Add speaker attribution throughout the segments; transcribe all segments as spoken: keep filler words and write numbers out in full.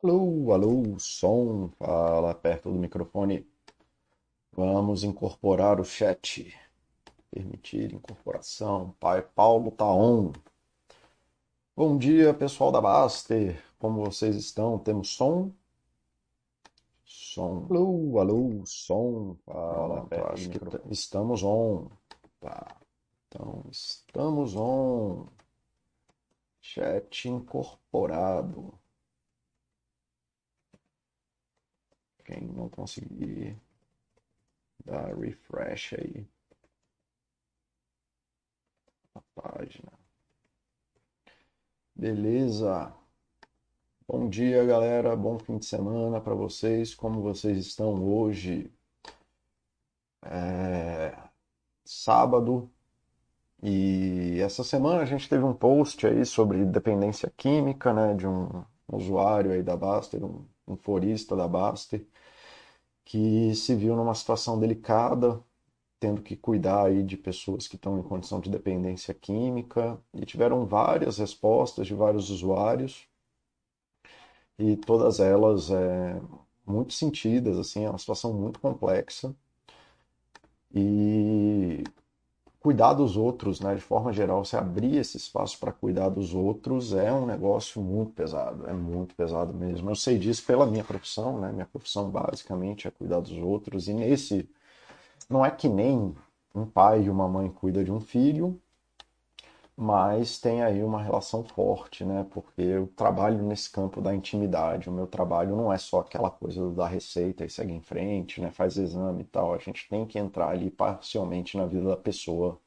Speaker 1: Alô, alô, som, fala perto do microfone. Vamos incorporar o chat. Permitir incorporação. Pai Paulo tá on. Bom dia, pessoal da Baster. Como vocês estão? Temos som? Som. Alô, alô, som, fala
Speaker 2: Pronto,
Speaker 1: perto do
Speaker 2: acho que t-
Speaker 1: microfone. Estamos on. Tá. Então, estamos on. Chat incorporado. Quem não conseguir, dá refresh aí na página. Beleza. Bom dia, galera. Bom fim de semana para vocês. Como vocês estão hoje? É sábado. E essa semana a gente teve um post aí sobre dependência química, né, de um usuário aí da Baster, um, um forista da Baster, que se viu numa situação delicada, tendo que cuidar aí de pessoas que estão em condição de dependência química, e tiveram várias respostas de vários usuários. E todas elas é, muito sentidas, assim, é uma situação muito complexa. E cuidar dos outros, né, de forma geral, se abrir esse espaço para cuidar dos outros é um negócio muito pesado, é muito pesado mesmo. Eu sei disso pela minha profissão, né? Minha profissão basicamente é cuidar dos outros, e nesse não é que nem um pai e uma mãe cuidam de um filho, mas tem aí uma relação forte, né? Porque eu trabalho nesse campo da intimidade. O meu trabalho não é só aquela coisa da receita e segue em frente, né? Faz exame e tal. A gente tem que entrar ali parcialmente na vida da pessoa.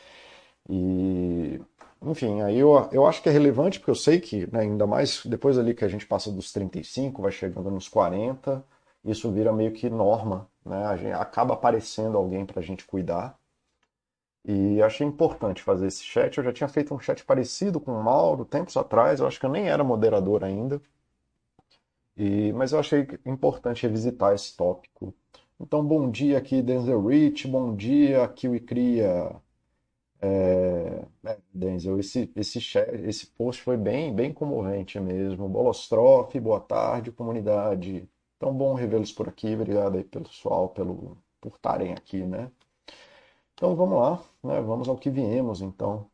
Speaker 1: E, enfim, aí eu, eu acho que é relevante, porque eu sei que, né, ainda mais depois ali que a gente passa dos trinta e cinco, vai chegando nos quarenta, isso vira meio que norma, né? A gente acaba aparecendo alguém para a gente cuidar. E achei importante fazer esse chat. Eu já tinha feito um chat parecido com o Mauro tempos atrás. Eu acho que eu nem era moderador ainda. E, mas eu achei importante revisitar esse tópico. Então, bom dia aqui, Denzel Rich. Bom dia, Kiwi Cria. É, é, Denzel, esse, esse, chat, esse post foi bem, bem comovente mesmo. Bolostrofe, boa tarde, comunidade. Então, bom revê-los por aqui. Obrigado aí, pessoal, pelo, por estarem aqui, né? Então, vamos lá, né? Vamos ao que viemos, então.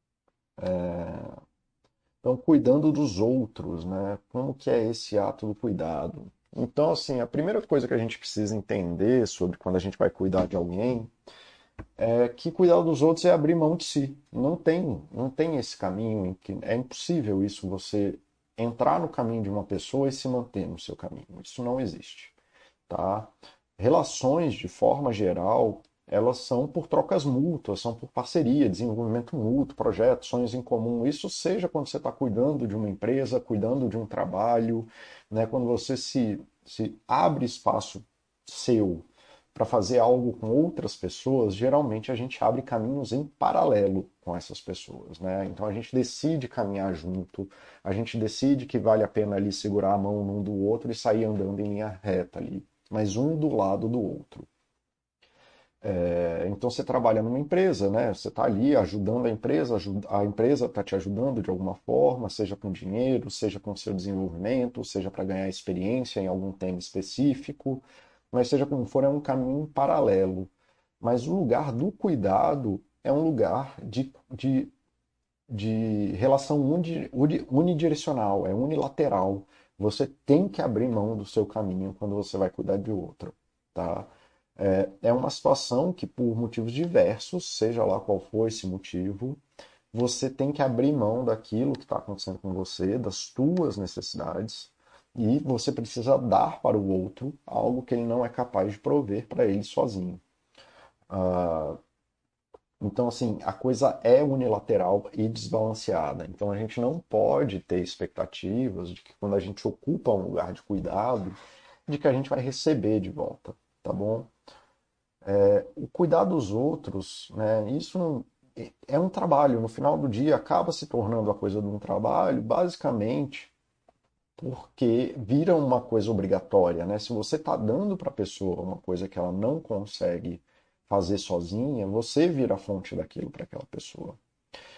Speaker 1: Então, cuidando dos outros, né? Como que é esse ato do cuidado? Então, assim, a primeira coisa que a gente precisa entender sobre quando a gente vai cuidar de alguém é que cuidar dos outros é abrir mão de si. Não tem, não tem esse caminho em que é impossível isso você entrar no caminho de uma pessoa e se manter no seu caminho. Isso não existe, tá? Relações, de forma geral, elas são por trocas mútuas, são por parceria, desenvolvimento mútuo, projetos, sonhos em comum. Isso seja quando você está cuidando de uma empresa, cuidando de um trabalho, né? Quando você se, se abre espaço seu para fazer algo com outras pessoas, geralmente a gente abre caminhos em paralelo com essas pessoas, né? Então a gente decide caminhar junto, a gente decide que vale a pena ali segurar a mão um do outro e sair andando em linha reta ali, mas um do lado do outro. É, então você trabalha numa empresa, né? Você está ali ajudando a empresa, a empresa está te ajudando de alguma forma, seja com dinheiro, seja com seu desenvolvimento, seja para ganhar experiência em algum tema específico, mas seja como for, é um caminho paralelo. Mas o lugar do cuidado é um lugar de, de, de relação uni, unidirecional, é unilateral. Você tem que abrir mão do seu caminho quando você vai cuidar de outro, tá? É, é uma situação que, por motivos diversos, seja lá qual for esse motivo, você tem que abrir mão daquilo que está acontecendo com você, das suas necessidades, e você precisa dar para o outro algo que ele não é capaz de prover para ele sozinho. Ah, então, assim, a coisa é unilateral e desbalanceada. Então, a gente não pode ter expectativas de que quando a gente ocupa um lugar de cuidado, de que a gente vai receber de volta, tá bom? O cuidar dos outros, né, isso não, é um trabalho. No final do dia, acaba se tornando a coisa de um trabalho, basicamente porque vira uma coisa obrigatória, né? Se você está dando para a pessoa uma coisa que ela não consegue fazer sozinha, você vira a fonte daquilo para aquela pessoa.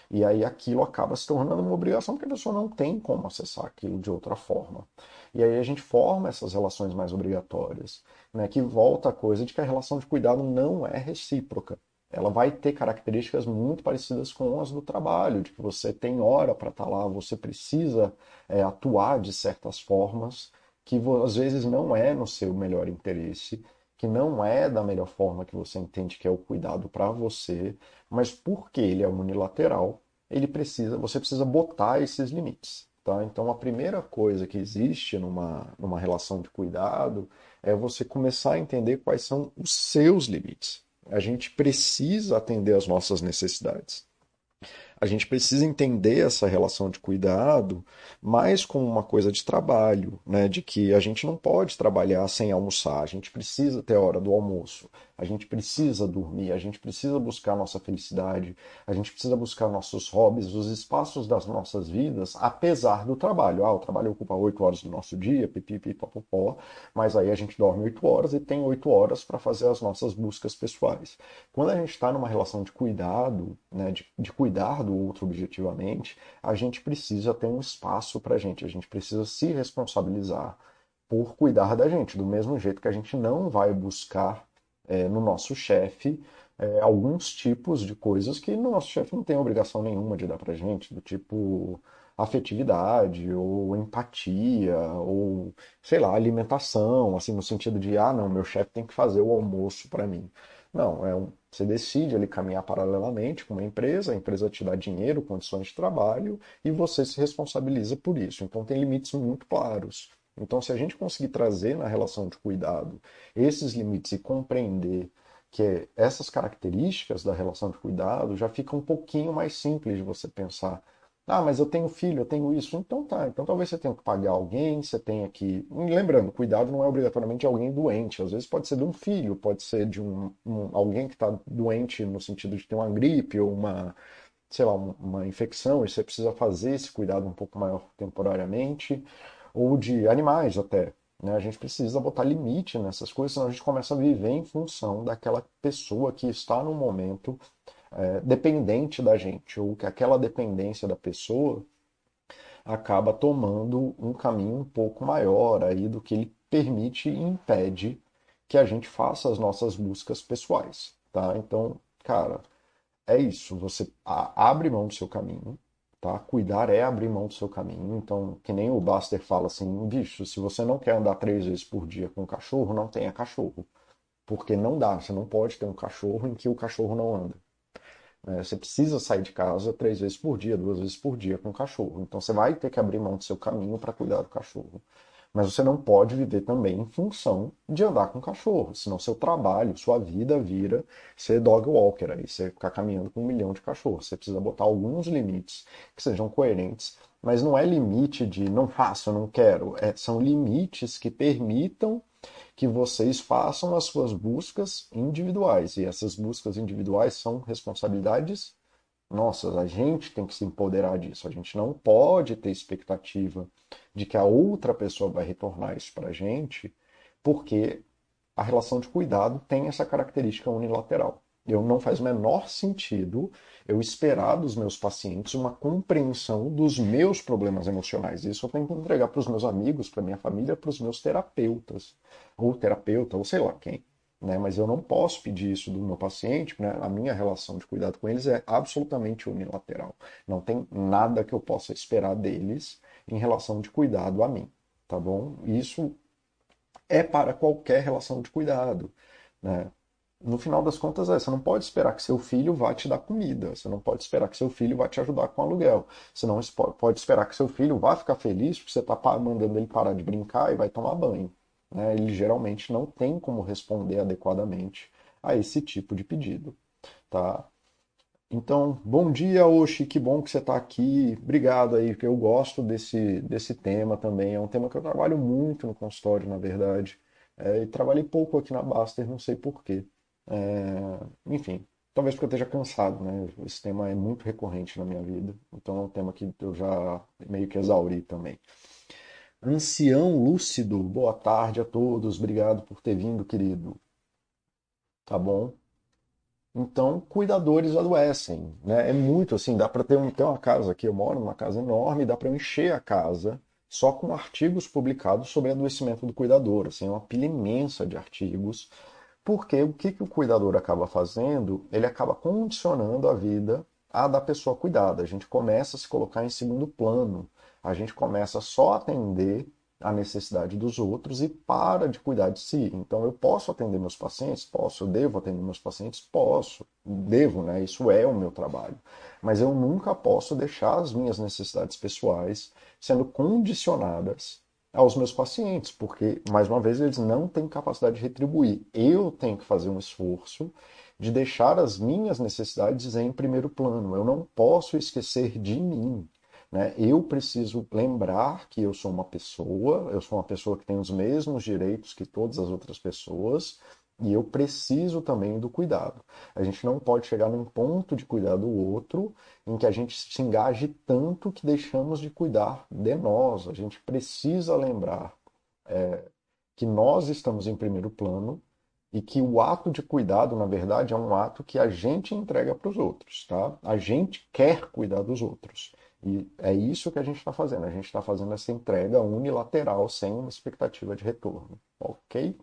Speaker 1: E aí aquilo acaba se tornando uma obrigação porque a pessoa não tem como acessar aquilo de outra forma. E aí a gente forma essas relações mais obrigatórias, né? Que volta a coisa de que a relação de cuidado não é recíproca. Ela vai ter características muito parecidas com as do trabalho, de que você tem hora para estar lá, você precisa é, atuar de certas formas que às vezes não é no seu melhor interesse, que não é da melhor forma que você entende que é o cuidado para você, mas porque ele é unilateral, ele precisa, você precisa botar esses limites. Tá? Então, a primeira coisa que existe numa, numa relação de cuidado é você começar a entender quais são os seus limites. A gente precisa atender às nossas necessidades. A gente precisa entender essa relação de cuidado mais como uma coisa de trabalho, né? De que a gente não pode trabalhar sem almoçar, a gente precisa ter a hora do almoço, a gente precisa dormir, a gente precisa buscar a nossa felicidade, a gente precisa buscar nossos hobbies, os espaços das nossas vidas, apesar do trabalho. Ah, o trabalho ocupa oito horas do nosso dia, pipipi, popopó, mas aí a gente dorme oito horas e tem oito horas para fazer as nossas buscas pessoais. Quando a gente está numa relação de cuidado, né, de, de cuidar do outro objetivamente, a gente precisa ter um espaço para a gente, a gente precisa se responsabilizar por cuidar da gente, do mesmo jeito que a gente não vai buscar é, no nosso chefe é, alguns tipos de coisas que no nosso chefe não tem obrigação nenhuma de dar para gente, do tipo afetividade ou empatia ou sei lá alimentação, assim no sentido de ah não, meu chefe tem que fazer o almoço para mim. Não, é um, você decide ali caminhar paralelamente com uma empresa, a empresa te dá dinheiro, condições de trabalho e você se responsabiliza por isso. Então tem limites muito claros. Então, se a gente conseguir trazer na relação de cuidado esses limites e compreender que essas características da relação de cuidado, já fica um pouquinho mais simples de você pensar. Ah, mas eu tenho filho, eu tenho isso. Então tá, então talvez você tenha que pagar alguém, você tenha que. Lembrando, cuidado não é obrigatoriamente de alguém doente. Às vezes pode ser de um filho, pode ser de um, um- alguém que está doente no sentido de ter uma gripe ou uma, sei lá, um- uma infecção, e você precisa fazer esse cuidado um pouco maior temporariamente, ou de animais até. Né? A gente precisa botar limite nessas coisas, senão a gente começa a viver em função daquela pessoa que está no momento é, dependente da gente, ou que aquela dependência da pessoa acaba tomando um caminho um pouco maior aí do que ele permite e impede que a gente faça as nossas buscas pessoais, tá? Então, cara, é isso, você a- abre mão do seu caminho, tá? Cuidar é abrir mão do seu caminho. Então, que nem o Buster fala assim, bicho, se você não quer andar três vezes por dia com o cachorro, não tenha cachorro. Porque não dá, você não pode ter um cachorro em que o cachorro não anda. Né? Você precisa sair de casa três vezes por dia, duas vezes por dia com o cachorro. Então você vai ter que abrir mão do seu caminho para cuidar do cachorro. Mas você não pode viver também em função de andar com o cachorro, senão seu trabalho, sua vida vira ser dog walker, aí você ficar caminhando com um milhão de cachorros. Você precisa botar alguns limites que sejam coerentes, mas não é limite de não faço, não quero. É, são limites que permitam que vocês façam as suas buscas individuais. E essas buscas individuais são responsabilidades nossas. A gente tem que se empoderar disso. A gente não pode ter expectativa de que a outra pessoa vai retornar isso para a gente, porque a relação de cuidado tem essa característica unilateral. Eu não faz o menor sentido eu esperar dos meus pacientes uma compreensão dos meus problemas emocionais. Isso eu tenho que entregar para os meus amigos, para minha família, para os meus terapeutas, ou terapeuta, ou sei lá quem. Né? Mas eu não posso pedir isso do meu paciente, né? A minha relação de cuidado com eles é absolutamente unilateral. Não tem nada que eu possa esperar deles em relação de cuidado a mim, tá bom? Isso é para qualquer relação de cuidado, né? No final das contas, é, você não pode esperar que seu filho vá te dar comida, você não pode esperar que seu filho vá te ajudar com aluguel, você não pode esperar que seu filho vá ficar feliz porque você está mandando ele parar de brincar e vai tomar banho. Né? Ele geralmente não tem como responder adequadamente a esse tipo de pedido. Tá? Então, bom dia, Oshi, que bom que você está aqui. Obrigado aí, porque eu gosto desse, desse tema também. É um tema que eu trabalho muito no consultório, na verdade. É, e trabalhei pouco aqui na Baster, não sei por quê. É, enfim, talvez porque eu esteja cansado, né? Esse tema é muito recorrente na minha vida. Então é um tema que eu já meio que exauri também. Ancião Lúcido, boa tarde a todos. Obrigado por ter vindo, querido. Tá bom? Então, cuidadores adoecem, né? É muito assim, dá para ter, um, ter uma casa aqui, eu moro numa casa enorme, dá para eu encher a casa só com artigos publicados sobre adoecimento do cuidador, assim, é uma pilha imensa de artigos, porque o que, que o cuidador acaba fazendo? Ele acaba condicionando a vida à da pessoa cuidada. A gente começa a se colocar em segundo plano, a gente começa só a atender a necessidade dos outros e para de cuidar de si. Então, eu posso atender meus pacientes? Posso. Eu devo atender meus pacientes? Posso. Devo, né? Isso é o meu trabalho. Mas eu nunca posso deixar as minhas necessidades pessoais sendo condicionadas aos meus pacientes, porque, mais uma vez, eles não têm capacidade de retribuir. Eu tenho que fazer um esforço de deixar as minhas necessidades em primeiro plano. Eu não posso esquecer de mim. Né? Eu preciso lembrar que eu sou uma pessoa, eu sou uma pessoa que tem os mesmos direitos que todas as outras pessoas, e eu preciso também do cuidado. A gente não pode chegar num ponto de cuidar do outro em que a gente se engaje tanto que deixamos de cuidar de nós. A gente precisa lembrar é, que nós estamos em primeiro plano e que o ato de cuidado, na verdade, é um ato que a gente entrega para os outros, tá? A gente quer cuidar dos outros. E é isso que a gente está fazendo. A gente está fazendo essa entrega unilateral, sem uma expectativa de retorno, ok?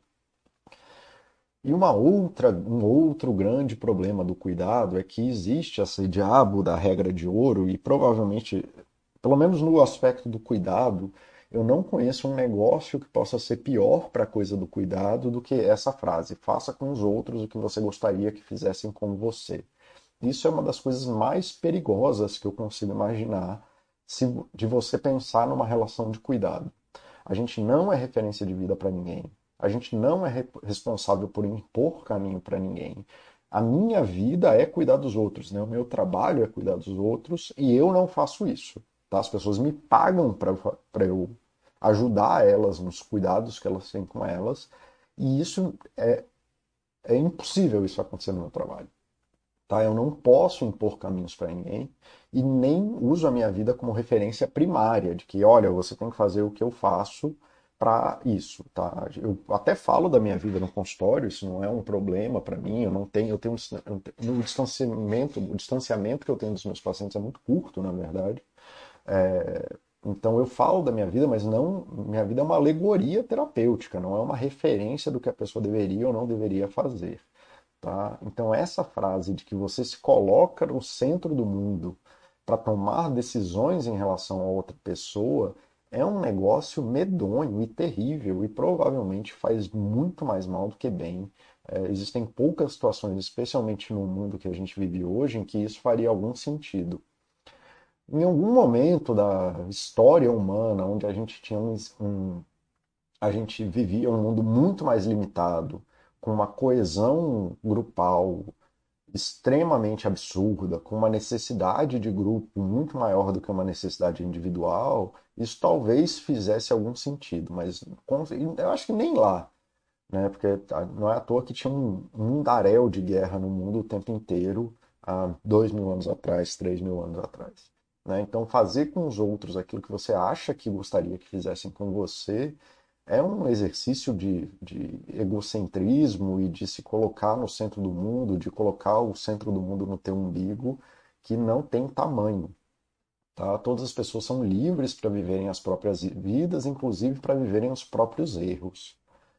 Speaker 1: E uma outra, um outro grande problema do cuidado é que existe esse diabo da regra de ouro e provavelmente, pelo menos no aspecto do cuidado, eu não conheço um negócio que possa ser pior para a coisa do cuidado do que essa frase: faça com os outros o que você gostaria que fizessem com você. Isso é uma das coisas mais perigosas que eu consigo imaginar se, de você pensar numa relação de cuidado. A gente não é referência de vida para ninguém. A gente não é re responsável por impor caminho para ninguém. A minha vida é cuidar dos outros, né? O meu trabalho é cuidar dos outros e eu não faço isso. Tá? As pessoas me pagam para eu ajudar elas nos cuidados que elas têm com elas e isso é, é impossível isso acontecer no meu trabalho. Tá? Eu não posso impor caminhos para ninguém e nem uso a minha vida como referência primária de que, olha, você tem que fazer o que eu faço para isso, tá? Eu até falo da minha vida no consultório, isso não é um problema para mim, eu não tenho, eu tenho um, o distanciamento, o distanciamento que eu tenho dos meus pacientes é muito curto, na verdade. É, então eu falo da minha vida, mas não, minha vida é uma alegoria terapêutica, não é uma referência do que a pessoa deveria ou não deveria fazer. Tá? Então, essa frase de que você se coloca no centro do mundo para tomar decisões em relação a outra pessoa é um negócio medonho e terrível e provavelmente faz muito mais mal do que bem. É, existem poucas situações, especialmente no mundo que a gente vive hoje, em que isso faria algum sentido. Em algum momento da história humana, onde a gente tinha um, um a gente vivia um mundo muito mais limitado, com uma coesão grupal extremamente absurda, com uma necessidade de grupo muito maior do que uma necessidade individual, isso talvez fizesse algum sentido, mas eu acho que nem lá, né? Porque não é à toa que tinha um mundaréu de guerra no mundo o tempo inteiro, há dois mil anos atrás, três mil anos atrás. Né? Então, fazer com os outros aquilo que você acha que gostaria que fizessem com você é um exercício de, de egocentrismo e de se colocar no centro do mundo, de colocar o centro do mundo no teu umbigo, que não tem tamanho. Tá? Todas as pessoas são livres para viverem as próprias vidas, inclusive para viverem os próprios erros.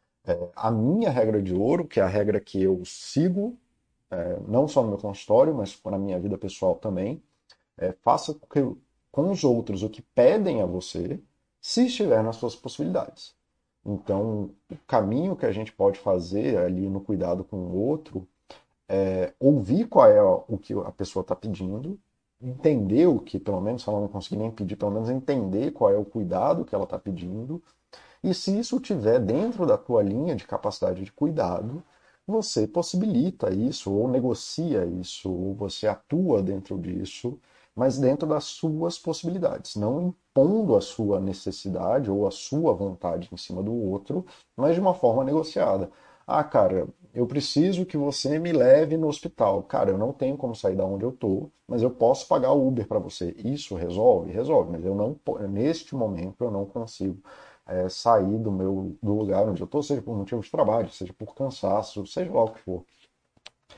Speaker 1: A minha regra de ouro, que é a regra que eu sigo, é, não só no meu consultório, mas na minha vida pessoal também, é faça com, que, com os outros o que pedem a você, se estiver nas suas possibilidades. Então, o caminho que a gente pode fazer ali no cuidado com o outro é ouvir qual é o que a pessoa está pedindo, entender o que, pelo menos, se ela não conseguir nem pedir, pelo menos entender qual é o cuidado que ela está pedindo. E se isso tiver dentro da tua linha de capacidade de cuidado, você possibilita isso, ou negocia isso, ou você atua dentro disso, mas dentro das suas possibilidades, não impondo a sua necessidade ou a sua vontade em cima do outro, mas de uma forma negociada. Ah, cara, eu preciso que você me leve no hospital. Cara, eu não tenho como sair da onde eu tô, mas eu posso pagar o Uber para você. Isso resolve? Resolve, mas eu não, neste momento eu não consigo é, sair do meu do lugar onde eu estou, seja por motivo de trabalho, seja por cansaço, seja lá o que for.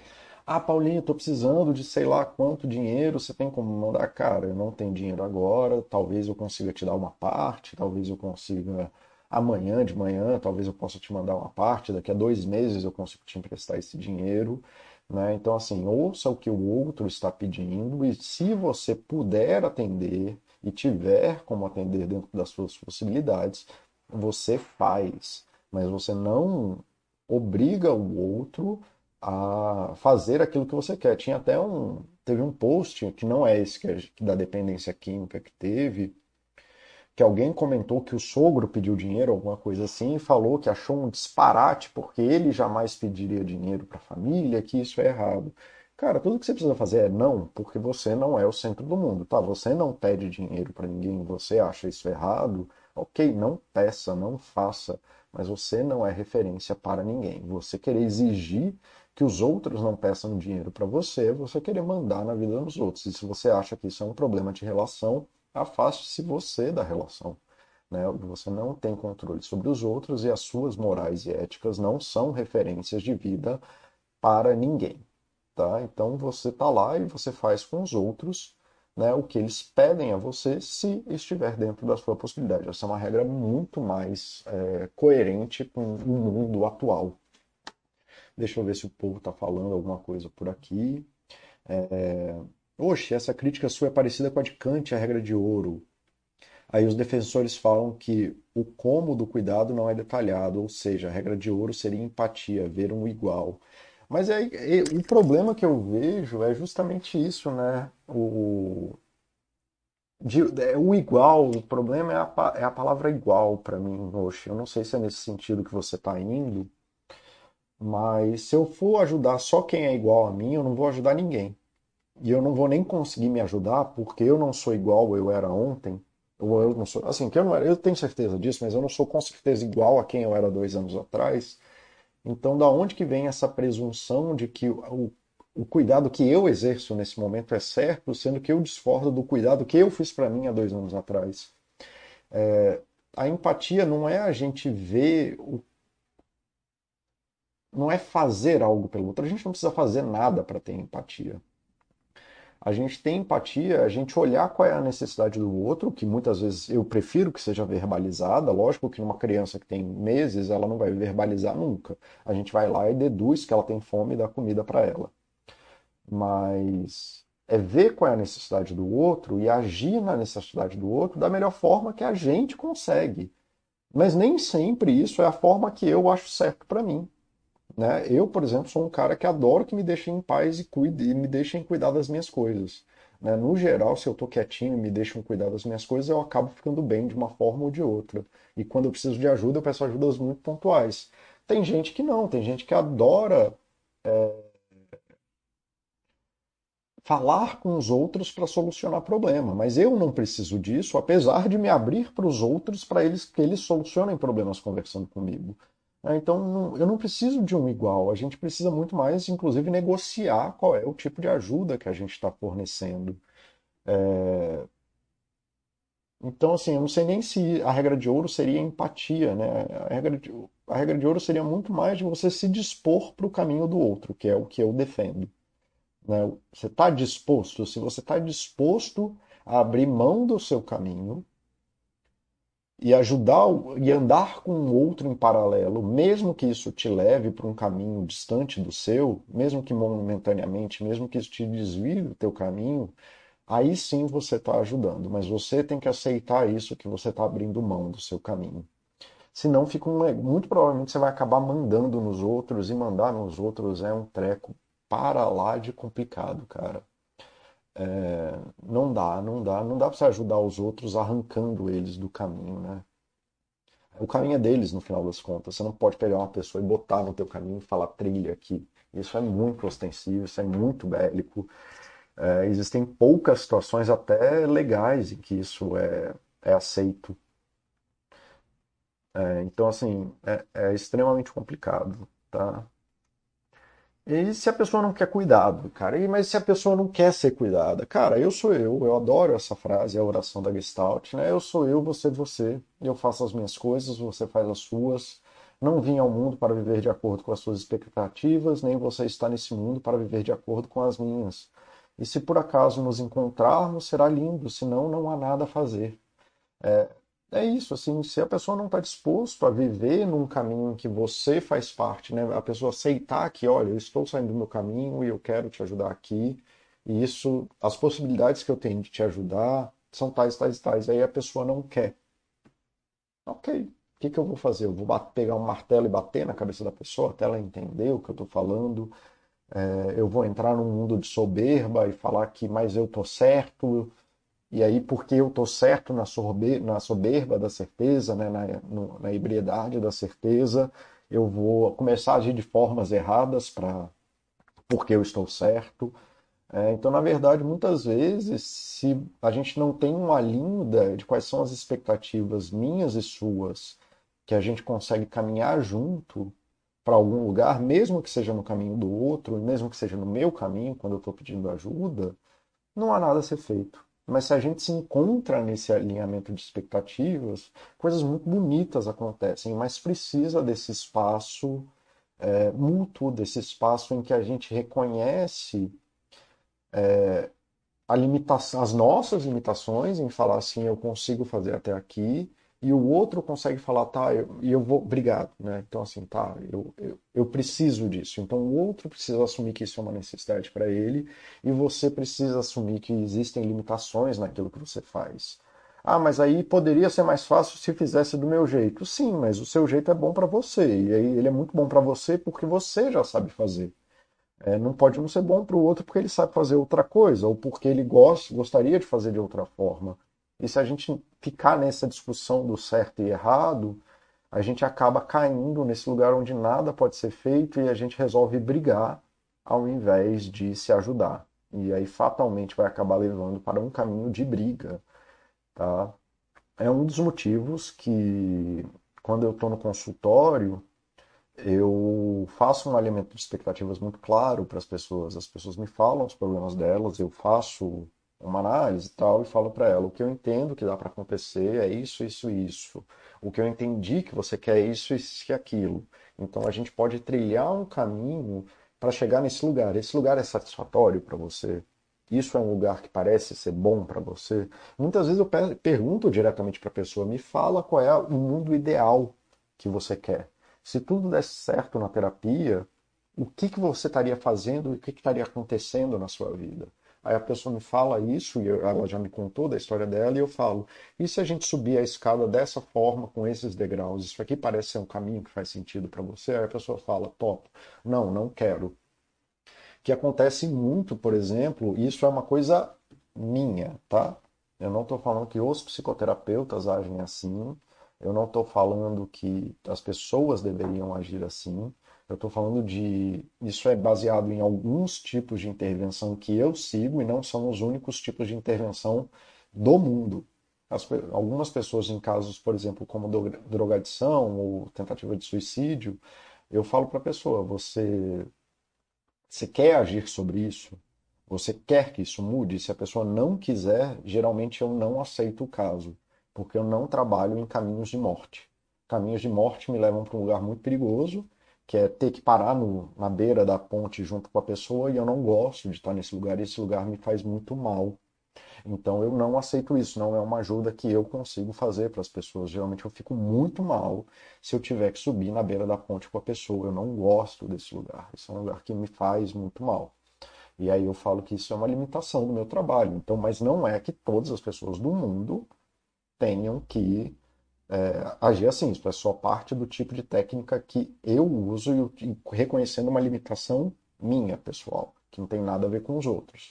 Speaker 1: Ah, Paulinho, tô precisando de sei lá quanto dinheiro, você tem como mandar? Cara, eu não tenho dinheiro agora, talvez eu consiga te dar uma parte, talvez eu consiga amanhã de manhã, talvez eu possa te mandar uma parte, daqui a dois meses eu consigo te emprestar esse dinheiro, né? Então, assim, ouça o que o outro está pedindo e se você puder atender e tiver como atender dentro das suas possibilidades, você faz, mas você não obriga o outro a fazer aquilo que você quer. Tinha até um, teve um post que não é esse que, é- que da dependência química que teve, que alguém comentou que o sogro pediu dinheiro, alguma coisa assim, e falou que achou um disparate porque ele jamais pediria dinheiro para a família, que isso é errado. Cara, tudo que você precisa fazer é não, porque você não é o centro do mundo, tá? Você não pede dinheiro para ninguém, você acha isso errado, ok, não peça, não faça, mas você não é referência para ninguém. Você querer exigir que os outros não peçam dinheiro para você, é você querer mandar na vida dos outros. E se você acha que isso é um problema de relação, afaste-se você da relação. Né? Você não tem controle sobre os outros e as suas morais e éticas não são referências de vida para ninguém. Tá? Então você está lá e você faz com os outros, né, o que eles pedem a você se estiver dentro da sua possibilidade. Essa é uma regra muito mais é, coerente com o mundo atual. Deixa eu ver se o povo está falando alguma coisa por aqui. É... Oxe, essa crítica sua é parecida com a de Kant, a regra de ouro. Aí os defensores falam que o como do cuidado não é detalhado, ou seja, a regra de ouro seria empatia, ver um igual. Mas é, é- o problema que eu vejo é justamente isso, né? O, de- é o igual, o problema é a, pa- é a palavra igual para mim, Oxe. Eu não sei se é nesse sentido que você está indo, mas se eu for ajudar só quem é igual a mim, eu não vou ajudar ninguém. E eu não vou nem conseguir me ajudar porque eu não sou igual eu era ontem. Ou eu não sou, assim, que eu não era, eu tenho certeza disso, mas eu não sou com certeza igual a quem eu era dois anos atrás. Então, da onde que vem essa presunção de que o, o cuidado que eu exerço nesse momento é certo, sendo que eu discordo do cuidado que eu fiz para mim há dois anos atrás? A empatia não é a gente ver, o, não é fazer algo pelo outro. A gente não precisa fazer nada para ter empatia. A gente tem empatia, a gente olhar qual é a necessidade do outro, que muitas vezes eu prefiro que seja verbalizada. Lógico que uma criança que tem meses, ela não vai verbalizar nunca. A gente vai lá e deduz que ela tem fome e dá comida para ela. Mas é ver qual é a necessidade do outro e agir na necessidade do outro da melhor forma que a gente consegue. Mas nem sempre isso é a forma que eu acho certo para mim. Né? Eu, por exemplo, sou um cara que adoro que me deixem em paz e, cuide, e me deixem cuidar das minhas coisas. Né? No geral, se eu estou quietinho e me deixam cuidar das minhas coisas, eu acabo ficando bem de uma forma ou de outra. E quando eu preciso de ajuda, eu peço ajudas muito pontuais. Tem gente que não, tem gente que adora falar com os outros para solucionar problema, mas eu não preciso disso, apesar de me abrir para os outros para eles que eles solucionem problemas conversando comigo. Né? Então, não- eu não preciso de um igual. A gente precisa muito mais, inclusive, negociar qual é o tipo de ajuda que a gente está fornecendo. Então, assim, eu não sei nem se a regra de ouro seria empatia, né? A regra de, a regra de ouro seria muito mais de você se dispor para o caminho do outro, que é o que eu defendo. Né? Você está disposto? Se você está disposto a abrir mão do seu caminho e ajudar e andar com o outro em paralelo, mesmo que isso te leve para um caminho distante do seu, mesmo que momentaneamente, mesmo que isso te desvie do teu caminho, aí sim você está ajudando. Mas você tem que aceitar isso que você está abrindo mão do seu caminho. Senão fica um, muito provavelmente você vai acabar mandando nos outros e mandar nos outros é um treco para lá de complicado, cara. Não dá, não dá, não dá para você ajudar os outros arrancando eles do caminho, né? O caminho é deles no final das contas. Você não pode pegar uma pessoa e botar no teu caminho e falar trilha aqui. Isso é muito ostensivo, isso é muito bélico. É, existem poucas situações até legais em que isso é, é aceito. É, então, assim, é, é extremamente complicado, tá? E se a pessoa não quer cuidado, cara? E, mas se a pessoa não quer ser cuidada? Cara, eu sou eu, eu adoro essa frase, a oração da Gestalt, né? Eu sou eu, você é você. Eu faço as minhas coisas, você faz as suas. não vim ao mundo para viver de acordo com as suas expectativas, nem você está nesse mundo para viver de acordo com as minhas. E se por acaso nos encontrarmos, será lindo, senão não há nada a fazer. É isso, assim, se a pessoa não está disposto a viver num caminho em que você faz parte, né? A pessoa aceitar que, olha, eu estou saindo do meu caminho e eu quero te ajudar aqui, e isso, as possibilidades que eu tenho de te ajudar são tais, tais, tais. Aí a pessoa não quer. Ok, o que que eu vou fazer? Eu vou bat- pegar um martelo e bater na cabeça da pessoa até ela entender o que eu estou falando. É, eu vou entrar num mundo de soberba e falar que, mas eu tô certo, e aí, porque eu estou certo na, sorbe, na soberba da certeza, né, na, no, na ebriedade da certeza, eu vou começar a agir de formas erradas para porque eu estou certo. É, então, na verdade, muitas vezes, se a gente não tem um alinho de, de quais são as expectativas minhas e suas, que a gente consegue caminhar junto para algum lugar, mesmo que seja no caminho do outro, mesmo que seja no meu caminho, quando eu estou pedindo ajuda, não há nada a ser feito. Mas se a gente se encontra nesse alinhamento de expectativas, coisas muito bonitas acontecem, mas precisa desse espaço é, mútuo, desse espaço em que a gente reconhece a limitação, as nossas limitações em falar assim, eu consigo fazer até aqui, e o outro consegue falar, tá, eu, e eu vou, obrigado, né? Então, assim, tá, eu, eu, eu preciso disso. Então, o outro precisa assumir que isso é uma necessidade para ele, e você precisa assumir que existem limitações naquilo que você faz. Ah, mas aí poderia ser mais fácil se fizesse do meu jeito. Sim, mas o seu jeito é bom para você, e aí ele é muito bom para você porque você já sabe fazer. É, não pode não ser bom para o outro porque ele sabe fazer outra coisa, ou porque ele gosta, gostaria de fazer de outra forma. E se a gente ficar nessa discussão do certo e errado, a gente acaba caindo nesse lugar onde nada pode ser feito e a gente resolve brigar ao invés de se ajudar. E aí fatalmente vai acabar levando para um caminho de briga, tá? É um dos motivos que, quando eu estou no consultório, eu faço um alinhamento de expectativas muito claro para as pessoas. As pessoas me falam os problemas delas, eu faço uma análise e tal e falo para ela o que eu entendo que dá para acontecer é isso, isso e isso. O que eu entendi que você quer é isso, isso e aquilo. Então a gente pode trilhar um caminho para chegar nesse lugar. Esse lugar é satisfatório para você? Isso é um lugar que parece ser bom para você? Muitas vezes eu pergunto diretamente para a pessoa, me fala qual é o mundo ideal que você quer. Se tudo desse certo na terapia, o que que você estaria fazendo e o que que estaria acontecendo na sua vida? Aí a pessoa me fala isso, e eu- ela já me contou da história dela, e eu falo: e se a gente subir a escada dessa forma, com esses degraus? Isso aqui parece ser um caminho que faz sentido para você? Aí a pessoa fala: top, não, não quero. Que acontece muito, por exemplo, isso é uma coisa minha, tá? Eu não estou falando que os psicoterapeutas agem assim, eu não estou falando que as pessoas deveriam agir assim, eu estou falando de. Isso é baseado em alguns tipos de intervenção que eu sigo e não são os únicos tipos de intervenção do mundo. As, algumas pessoas, em casos, por exemplo, como drogadição ou tentativa de suicídio, eu falo para a pessoa: você você quer agir sobre isso? Você quer que isso mude? Se a pessoa não quiser, geralmente eu não aceito o caso, porque eu não trabalho em caminhos de morte. Caminhos de morte me levam para um lugar muito perigoso, que é ter que parar no, na beira da ponte junto com a pessoa, e eu não gosto de estar nesse lugar, e esse lugar me faz muito mal. Então eu não aceito isso, não é uma ajuda que eu consigo fazer para as pessoas. Geralmente eu fico muito mal se eu tiver que subir na beira da ponte com a pessoa. Eu não gosto desse lugar. Esse é um lugar que me faz muito mal. E aí eu falo que isso é uma limitação do meu trabalho. Então, mas não é que todas as pessoas do mundo tenham que é, agir assim. Isso é só parte do tipo de técnica que eu uso e, e reconhecendo uma limitação minha, pessoal, que não tem nada a ver com os outros.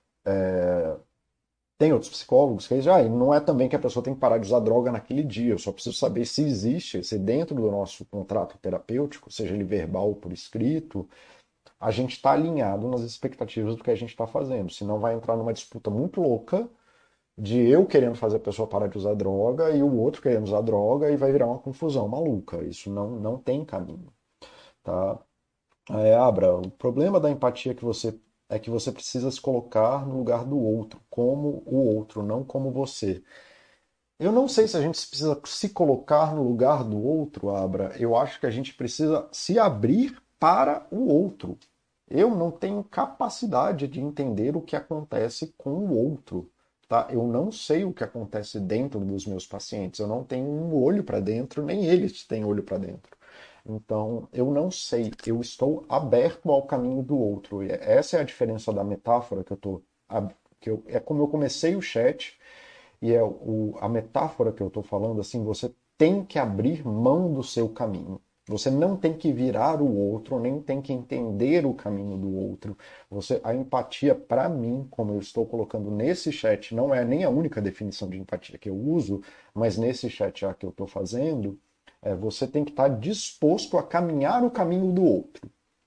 Speaker 1: Tem outros psicólogos que dizem, ah, não é também que a pessoa tem que parar de usar droga naquele dia, eu só preciso saber se existe, se dentro do nosso contrato terapêutico, seja ele verbal ou por escrito, a gente está alinhado nas expectativas do que a gente está fazendo. Senão vai entrar numa disputa muito louca de eu querendo fazer a pessoa parar de usar droga e o outro querendo usar droga e vai virar uma confusão maluca. Isso não, não tem caminho, tá? É, Abra, o problema da empatia que você é que você precisa se colocar no lugar do outro, como o outro, não como você. Eu não sei se a gente precisa se colocar no lugar do outro, Abra. Eu acho que a gente precisa se abrir para o outro. Eu não tenho capacidade de entender o que acontece com o outro, tá? Eu não sei o que acontece dentro dos meus pacientes. Eu não tenho um olho para dentro, nem eles têm olho para dentro. Então, eu não sei. Eu estou aberto ao caminho do outro. E essa é a diferença da metáfora que eu tô, que eu, é como eu comecei o chat. E é o, a metáfora que eu estou falando, assim, você tem que abrir mão do seu caminho. Você não tem que virar o outro, nem tem que entender o caminho do outro. Você, a empatia, para mim, como eu estou colocando nesse chat, não é nem a única definição de empatia que eu uso, mas nesse chat já que eu estou fazendo, é, você tem que estar disposto a caminhar o caminho do outro,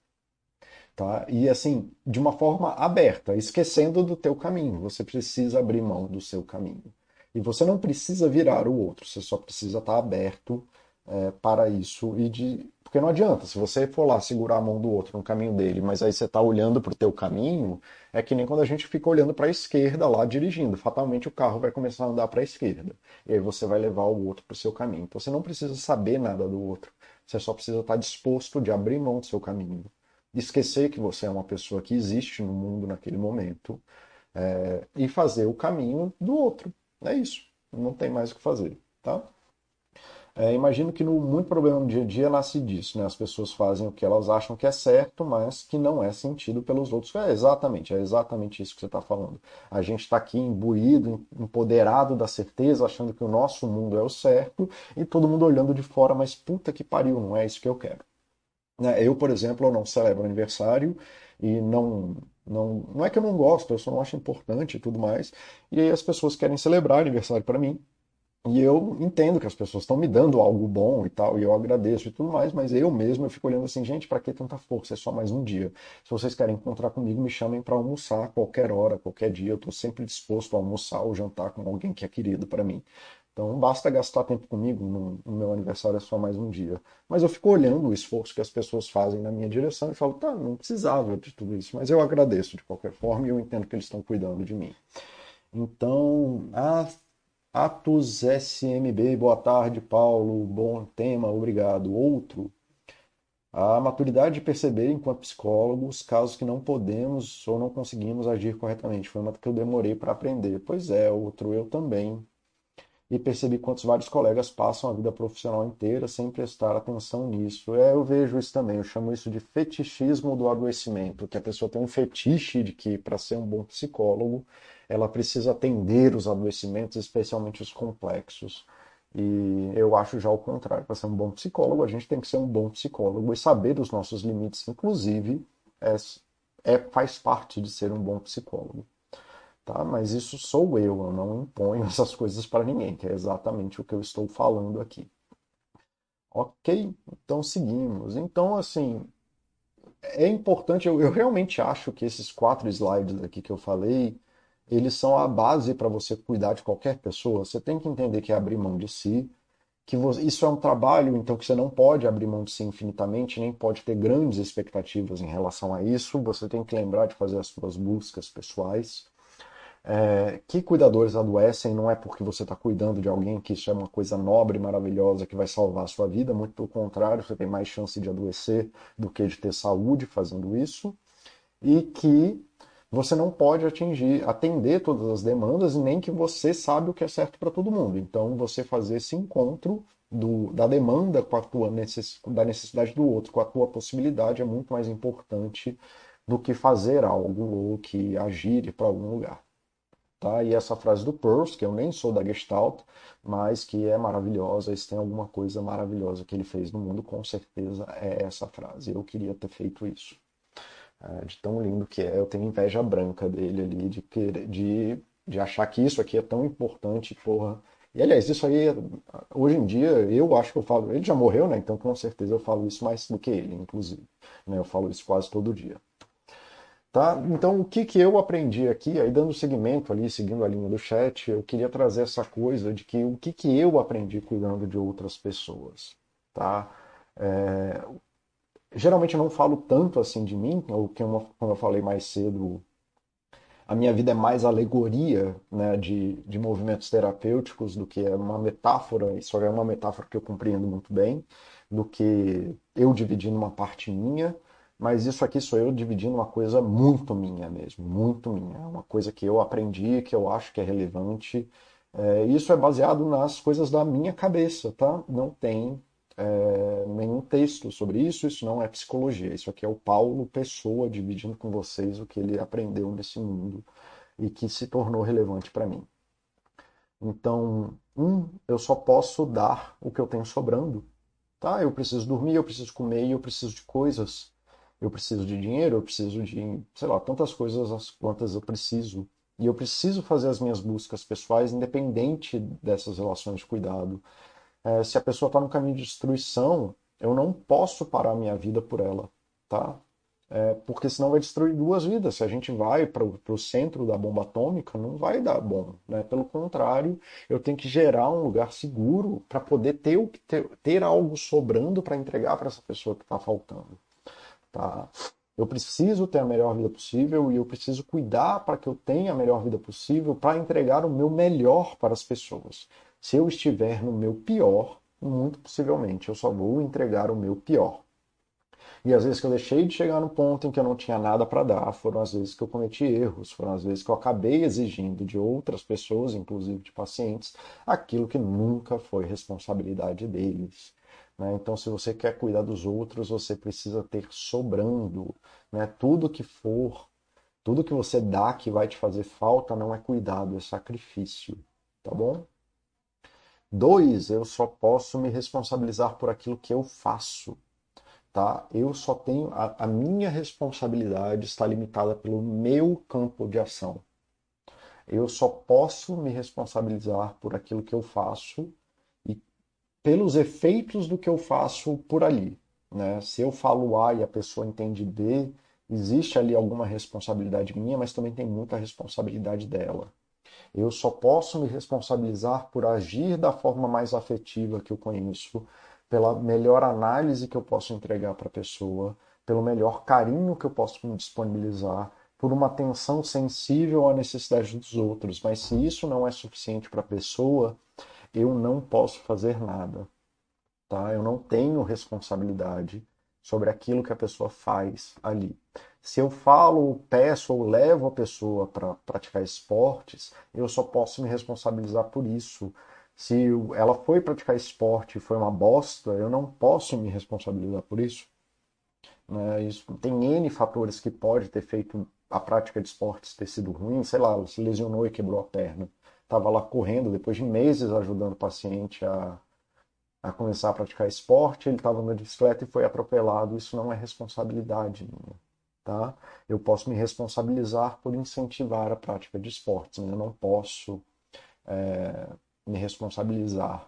Speaker 1: tá? E assim, de uma forma aberta, esquecendo do teu caminho. Você precisa abrir mão do seu caminho. E você não precisa virar o outro, você só precisa estar aberto é, para isso e de. Porque não adianta, se você for lá segurar a mão do outro no caminho dele, mas aí você está olhando para o teu caminho, é que nem quando a gente fica olhando para a esquerda lá dirigindo. Fatalmente o carro vai começar a andar para a esquerda. E aí você vai levar o outro para o seu caminho. Então você não precisa saber nada do outro. Você só precisa estar disposto de abrir mão do seu caminho, esquecer que você é uma pessoa que existe no mundo naquele momento é, e fazer o caminho do outro. É isso. Não tem mais o que fazer, tá? É, imagino que no muito problema no dia a dia nasce disso, né? As pessoas fazem o que elas acham que é certo, mas que não é sentido pelos outros. É exatamente, é exatamente isso que você está falando. A gente está aqui imbuído, empoderado da certeza, achando que o nosso mundo é o certo, e todo mundo olhando de fora, mas puta que pariu, não é isso que eu quero. Né? Eu, por exemplo, eu não celebro aniversário e não, não, não é que eu não gosto, eu só não acho importante e tudo mais. E aí as pessoas querem celebrar aniversário para mim. E eu entendo que as pessoas estão me dando algo bom e tal, e eu agradeço e tudo mais, mas eu mesmo eu fico olhando assim, gente, para que tanta força? É só mais um dia. Se vocês querem encontrar comigo, me chamem para almoçar a qualquer hora, qualquer dia. Eu estou sempre disposto a almoçar ou jantar com alguém que é querido para mim. Então, basta gastar tempo comigo, no, no meu aniversário é só mais um dia. Mas eu fico olhando o esforço que as pessoas fazem na minha direção e falo, tá, não precisava de tudo isso, mas eu agradeço de qualquer forma e eu entendo que eles estão cuidando de mim. Então, a Atos S M B, boa tarde, Paulo, bom tema, obrigado. Outro, a maturidade de perceber, enquanto psicólogos, casos que não podemos ou não conseguimos agir corretamente. Foi uma que eu demorei para aprender. Pois é, outro, eu também e percebi quantos vários colegas passam a vida profissional inteira sem prestar atenção nisso. É, eu vejo isso também, eu chamo isso de fetichismo do adoecimento, que a pessoa tem um fetiche de que, para ser um bom psicólogo, ela precisa atender os adoecimentos, especialmente os complexos. E eu acho já o contrário. Para ser um bom psicólogo, a gente tem que ser um bom psicólogo e saber dos nossos limites, inclusive, é, é, faz parte de ser um bom psicólogo, tá? Mas isso sou eu, eu não imponho essas coisas para ninguém, que é exatamente o que eu estou falando aqui. Ok, então seguimos. Então, assim, é importante, eu, eu realmente acho que esses quatro slides aqui que eu falei, eles são a base para você cuidar de qualquer pessoa. Você tem que entender que é abrir mão de si, que você, isso é um trabalho, então que você não pode abrir mão de si infinitamente, nem pode ter grandes expectativas em relação a isso. Você tem que lembrar de fazer as suas buscas pessoais. É, que cuidadores adoecem não é porque você está cuidando de alguém que isso é uma coisa nobre, maravilhosa, que vai salvar a sua vida, muito pelo contrário, você tem mais chance de adoecer do que de ter saúde fazendo isso, e que você não pode atingir, atender todas as demandas, e nem que você sabe o que é certo para todo mundo. Então, você fazer esse encontro do, da demanda com a tua necess, da necessidade do outro, com a tua possibilidade, é muito mais importante do que fazer algo ou que agir para algum lugar. Tá? E essa frase do Peirce, que eu nem sou da Gestalt, mas que é maravilhosa, se tem alguma coisa maravilhosa que ele fez no mundo, com certeza é essa frase. Eu queria ter feito isso. É, de tão lindo que é, eu tenho inveja branca dele ali, de, querer, de, de achar que isso aqui é tão importante, porra. E aliás, isso aí, hoje em dia, eu acho que eu falo. Ele já morreu, né? Então com certeza eu falo isso mais do que ele, inclusive. Né? Eu falo isso quase todo dia. Tá? Então, o que que eu aprendi aqui, aí dando seguimento ali, seguindo a linha do chat, eu queria trazer essa coisa de que o que que eu aprendi cuidando de outras pessoas, tá? É, geralmente eu não falo tanto assim de mim, ou que uma, como eu falei mais cedo, A minha vida é mais alegoria, né, de, de movimentos terapêuticos do que é uma metáfora, isso é uma metáfora que eu compreendo muito bem, do que eu dividindo uma parte minha, mas isso aqui sou eu dividindo uma coisa muito minha mesmo, muito minha. É uma coisa que eu aprendi, que eu acho que é relevante. É, isso é baseado nas coisas da minha cabeça, tá? Não tem é, nenhum texto sobre isso, isso não é psicologia. Isso aqui é o Paulo Pessoa dividindo com vocês o que ele aprendeu nesse mundo e que se tornou relevante para mim. Então, um, eu só posso dar o que eu tenho sobrando, tá? Eu preciso dormir, eu preciso comer e eu preciso de coisas. Eu preciso de dinheiro, eu preciso de, sei lá, tantas coisas as quantas eu preciso. E eu preciso fazer as minhas buscas pessoais independente dessas relações de cuidado. É, se a pessoa está no caminho de destruição, eu não posso parar a minha vida por ela, tá? É, porque senão vai destruir duas vidas. Se a gente vai para o centro da bomba atômica, não vai dar bom, né? Pelo contrário, eu tenho que gerar um lugar seguro para poder ter, o, ter, ter algo sobrando para entregar para essa pessoa que está faltando, tá? Eu preciso ter a melhor vida possível e eu preciso cuidar para que eu tenha a melhor vida possível para entregar o meu melhor para as pessoas. Se eu estiver no meu pior, muito possivelmente eu só vou entregar o meu pior. E às vezes que eu deixei de chegar no ponto em que eu não tinha nada para dar, foram as vezes que eu cometi erros, foram as vezes que eu acabei exigindo de outras pessoas, inclusive de pacientes, aquilo que nunca foi responsabilidade deles. Né? Então, se você quer cuidar dos outros, você precisa ter sobrando. Né? Tudo que for, tudo que você dá que vai te fazer falta não é cuidado, é sacrifício. Tá bom? Dois, eu só posso me responsabilizar por aquilo que eu faço. Tá? Eu só tenho a, a minha responsabilidade está limitada pelo meu campo de ação. Eu só posso me responsabilizar por aquilo que eu faço e pelos efeitos do que eu faço por ali, né? Se eu falo A e a pessoa entende B, existe ali alguma responsabilidade minha, mas também tem muita responsabilidade dela. Eu só posso me responsabilizar por agir da forma mais afetiva que eu conheço, pela melhor análise que eu posso entregar para a pessoa, pelo melhor carinho que eu posso me disponibilizar, por uma atenção sensível à necessidade dos outros. Mas se isso não é suficiente para a pessoa, eu não posso fazer nada, tá? Eu não tenho responsabilidade sobre aquilo que a pessoa faz ali. Se eu falo, peço ou levo a pessoa para praticar esportes, eu só posso me responsabilizar por isso. Se ela foi praticar esporte e foi uma bosta, eu não posso me responsabilizar por isso. Né? Isso tem N fatores que pode ter feito a prática de esportes ter sido ruim. Sei lá, ela se lesionou e quebrou a perna. Estava lá correndo, depois de meses ajudando o paciente a a começar a praticar esporte, ele estava andando de bicicleta e foi atropelado. Isso não é responsabilidade minha, tá? Eu posso me responsabilizar por incentivar a prática de esportes, mas eu não posso é, me responsabilizar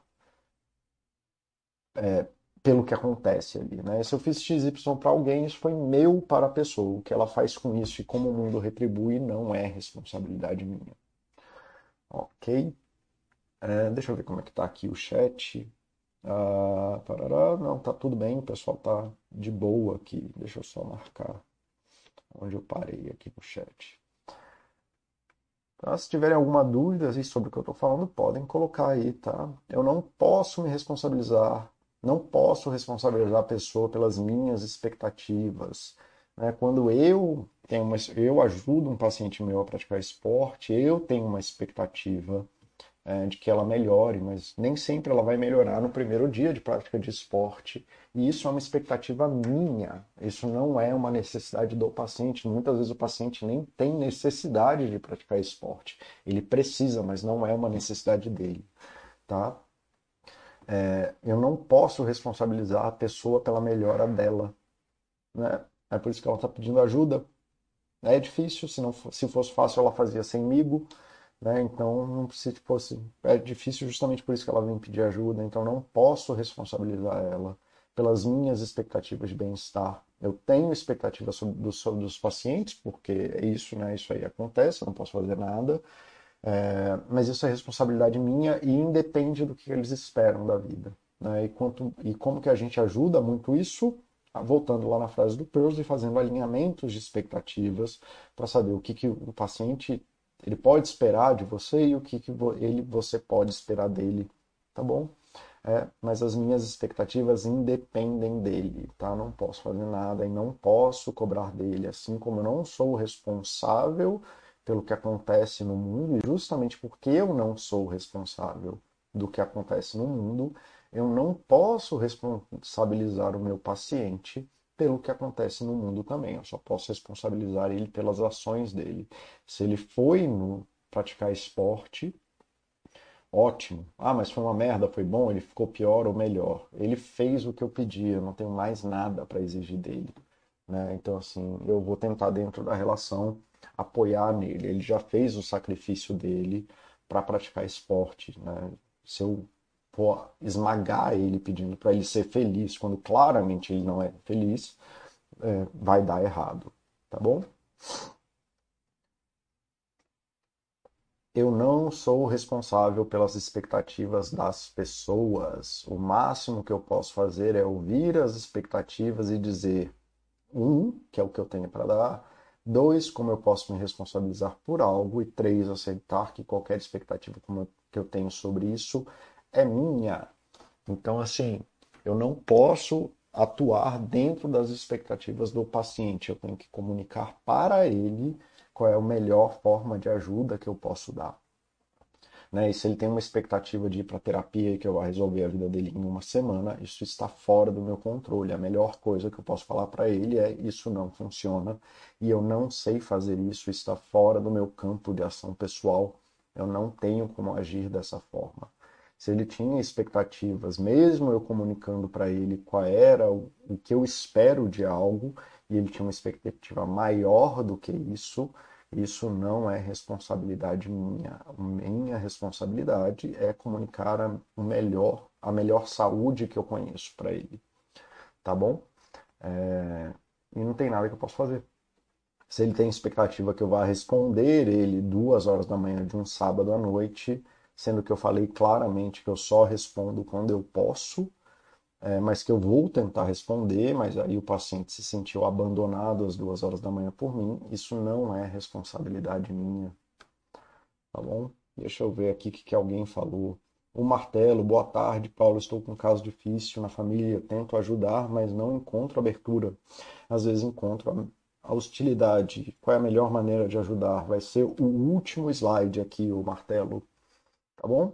Speaker 1: pelo que acontece ali, né? Se eu fiz X Y para alguém, isso foi meu para a pessoa. O que ela faz com isso e como o mundo retribui não é responsabilidade minha. Ok? É, deixa eu ver como é que tá aqui o chat. Ah, parará, não, tá tudo bem, o pessoal tá de boa aqui. Deixa eu só marcar onde eu parei aqui no chat. Tá? Se tiverem alguma dúvida assim, sobre o que eu estou falando, podem colocar aí, tá? Eu não posso me responsabilizar, não posso responsabilizar a pessoa pelas minhas expectativas. Né? Quando eu tenho uma, eu ajudo um paciente meu a praticar esporte, eu tenho uma expectativa é, de que ela melhore, mas nem sempre ela vai melhorar no primeiro dia de prática de esporte. E isso é uma expectativa minha, isso não é uma necessidade do paciente. Muitas vezes o paciente nem tem necessidade de praticar esporte. Ele precisa, mas não é uma necessidade dele. Tá? É, eu não posso responsabilizar a pessoa pela melhora dela. Né? É por isso que ela está pedindo ajuda. É difícil, se, não, se fosse fácil ela fazia semigo. Né? Então, não se fosse, é difícil justamente por isso que ela vem pedir ajuda. Então, não posso responsabilizar ela pelas minhas expectativas de bem-estar. Eu tenho expectativas sobre, dos, sobre os pacientes, porque é isso, né? Isso aí acontece, eu não posso fazer nada. É, mas isso é responsabilidade minha e independe do que eles esperam da vida. Né? E, quanto, e como que a gente ajuda muito isso? voltando lá na frase do Peirce, fazendo alinhamentos de expectativas para saber o que, que o paciente ele pode esperar de você e o que, que ele, você pode esperar dele, tá bom? É, mas as minhas expectativas independem dele, tá? Não posso fazer nada e não posso cobrar dele, assim como eu não sou responsável pelo que acontece no mundo, e justamente porque eu não sou responsável do que acontece no mundo, eu não posso responsabilizar o meu paciente pelo que acontece no mundo também. Eu só posso responsabilizar ele pelas ações dele. Se ele foi no praticar esporte, ótimo. Ah, mas foi uma merda, foi bom, ele ficou pior ou melhor. Ele fez o que eu pedi, eu não tenho mais nada para exigir dele, né? Então, assim, eu vou tentar dentro da relação apoiar nele. Ele já fez o sacrifício dele para praticar esporte, né? Se eu for esmagar ele pedindo para ele ser feliz, quando claramente ele não é feliz, é, vai dar errado, tá bom? Eu não sou responsável pelas expectativas das pessoas. O máximo que eu posso fazer é ouvir as expectativas e dizer, um, que é o que eu tenho para dar, dois, como eu posso me responsabilizar por algo, e três, aceitar que qualquer expectativa que eu tenho sobre isso é minha. Então, assim, eu não posso atuar dentro das expectativas do paciente. Eu tenho que comunicar para ele qual é a melhor forma de ajuda que eu posso dar. Né? E se ele tem uma expectativa de ir para terapia e que eu vou resolver a vida dele em uma semana, isso está fora do meu controle. A melhor coisa que eu posso falar para ele é: isso não funciona e eu não sei fazer isso, está fora do meu campo de ação pessoal. Eu não tenho como agir dessa forma. Se ele tinha expectativas, mesmo eu comunicando para ele qual era o, o que eu espero de algo, e ele tinha uma expectativa maior do que isso, isso não é responsabilidade minha. Minha responsabilidade é comunicar a, o melhor, a melhor saúde que eu conheço para ele, tá bom? É, e não tem nada que eu possa fazer. Se ele tem expectativa que eu vá responder ele duas horas da manhã de um sábado à noite, sendo que eu falei claramente que eu só respondo quando eu posso, é, mas que eu vou tentar responder, mas aí o paciente se sentiu abandonado às duas horas da manhã por mim, isso não é responsabilidade minha, tá bom? Deixa eu ver aqui o que, que alguém falou. O Martelo, boa tarde, Paulo. Estou com um caso difícil na família. Tento ajudar, mas não encontro abertura. Às vezes encontro a hostilidade. Qual é a melhor maneira de ajudar? Vai ser o último slide aqui, o Martelo. Tá bom?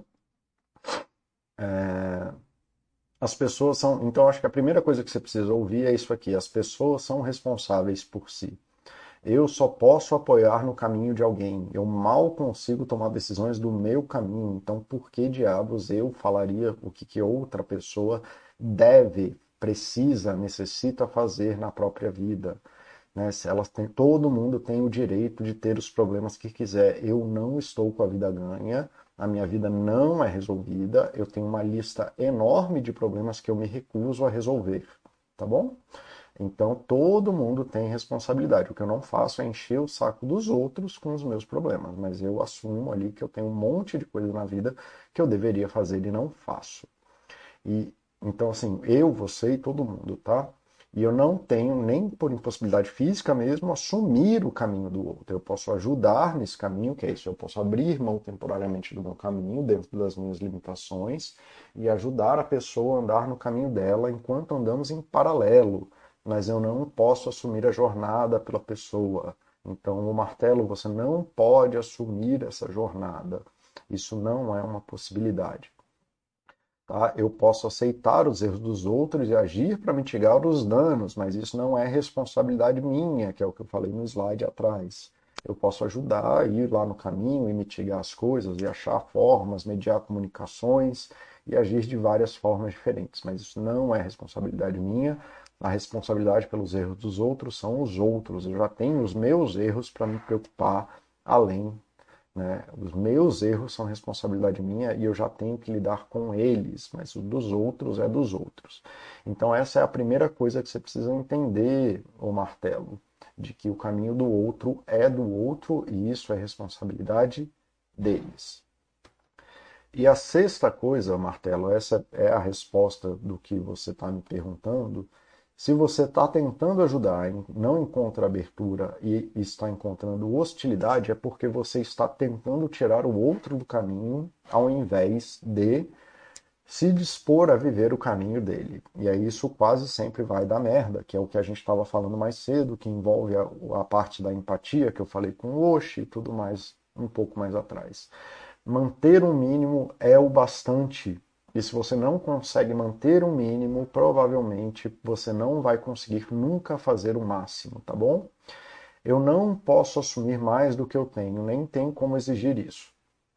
Speaker 1: É... As pessoas são. Então, acho que a primeira coisa que você precisa ouvir é isso aqui: as pessoas são responsáveis por si. Eu só posso apoiar no caminho de alguém. Eu mal consigo tomar decisões do meu caminho. Então, por que diabos eu falaria o que, que outra pessoa deve, precisa, necessita fazer na própria vida? Né? Se elas têm, todo mundo tem o direito de ter os problemas que quiser. Eu não estou com a vida ganha. A minha vida não é resolvida. Eu tenho uma lista enorme de problemas que eu me recuso a resolver. Tá bom? Então todo mundo tem responsabilidade. O que eu não faço é encher o saco dos outros com os meus problemas, mas eu assumo ali que eu tenho um monte de coisa na vida que eu deveria fazer e não faço. E então assim, eu, você e todo mundo, tá? E eu não tenho nem por impossibilidade física mesmo assumir o caminho do outro. Eu posso ajudar nesse caminho, que é isso, eu posso abrir mão temporariamente do meu caminho dentro das minhas limitações e ajudar a pessoa a andar no caminho dela enquanto andamos em paralelo, mas eu não posso assumir a jornada pela pessoa. Então, o martelo, você não pode assumir essa jornada. Isso não é uma possibilidade. Tá? Eu posso aceitar os erros dos outros e agir para mitigar os danos, mas isso não é responsabilidade minha, que é o que eu falei no slide atrás. Eu posso ajudar a ir lá no caminho e mitigar as coisas e achar formas, mediar comunicações e agir de várias formas diferentes, mas isso não é responsabilidade minha. A responsabilidade pelos erros dos outros são os outros. Eu já tenho os meus erros para me preocupar além, né? Os meus erros são responsabilidade minha e eu já tenho que lidar com eles, mas o dos outros é dos outros. Então essa é a primeira coisa que você precisa entender, o martelo, de que o caminho do outro é do outro e isso é responsabilidade deles. E a sexta coisa, Martelo, essa é a resposta do que você está me perguntando. Se você está tentando ajudar e não encontra abertura e está encontrando hostilidade, é porque você está tentando tirar o outro do caminho ao invés de se dispor a viver o caminho dele. E aí isso quase sempre vai dar merda, que é o que a gente estava falando mais cedo, que envolve a, a parte da empatia, que eu falei com o Oshi e tudo mais um pouco mais atrás. Manter um mínimo é o bastante. E se você não consegue manter um mínimo, provavelmente você não vai conseguir nunca fazer o máximo, tá bom? Eu não posso assumir mais do que eu tenho, nem tenho como exigir isso.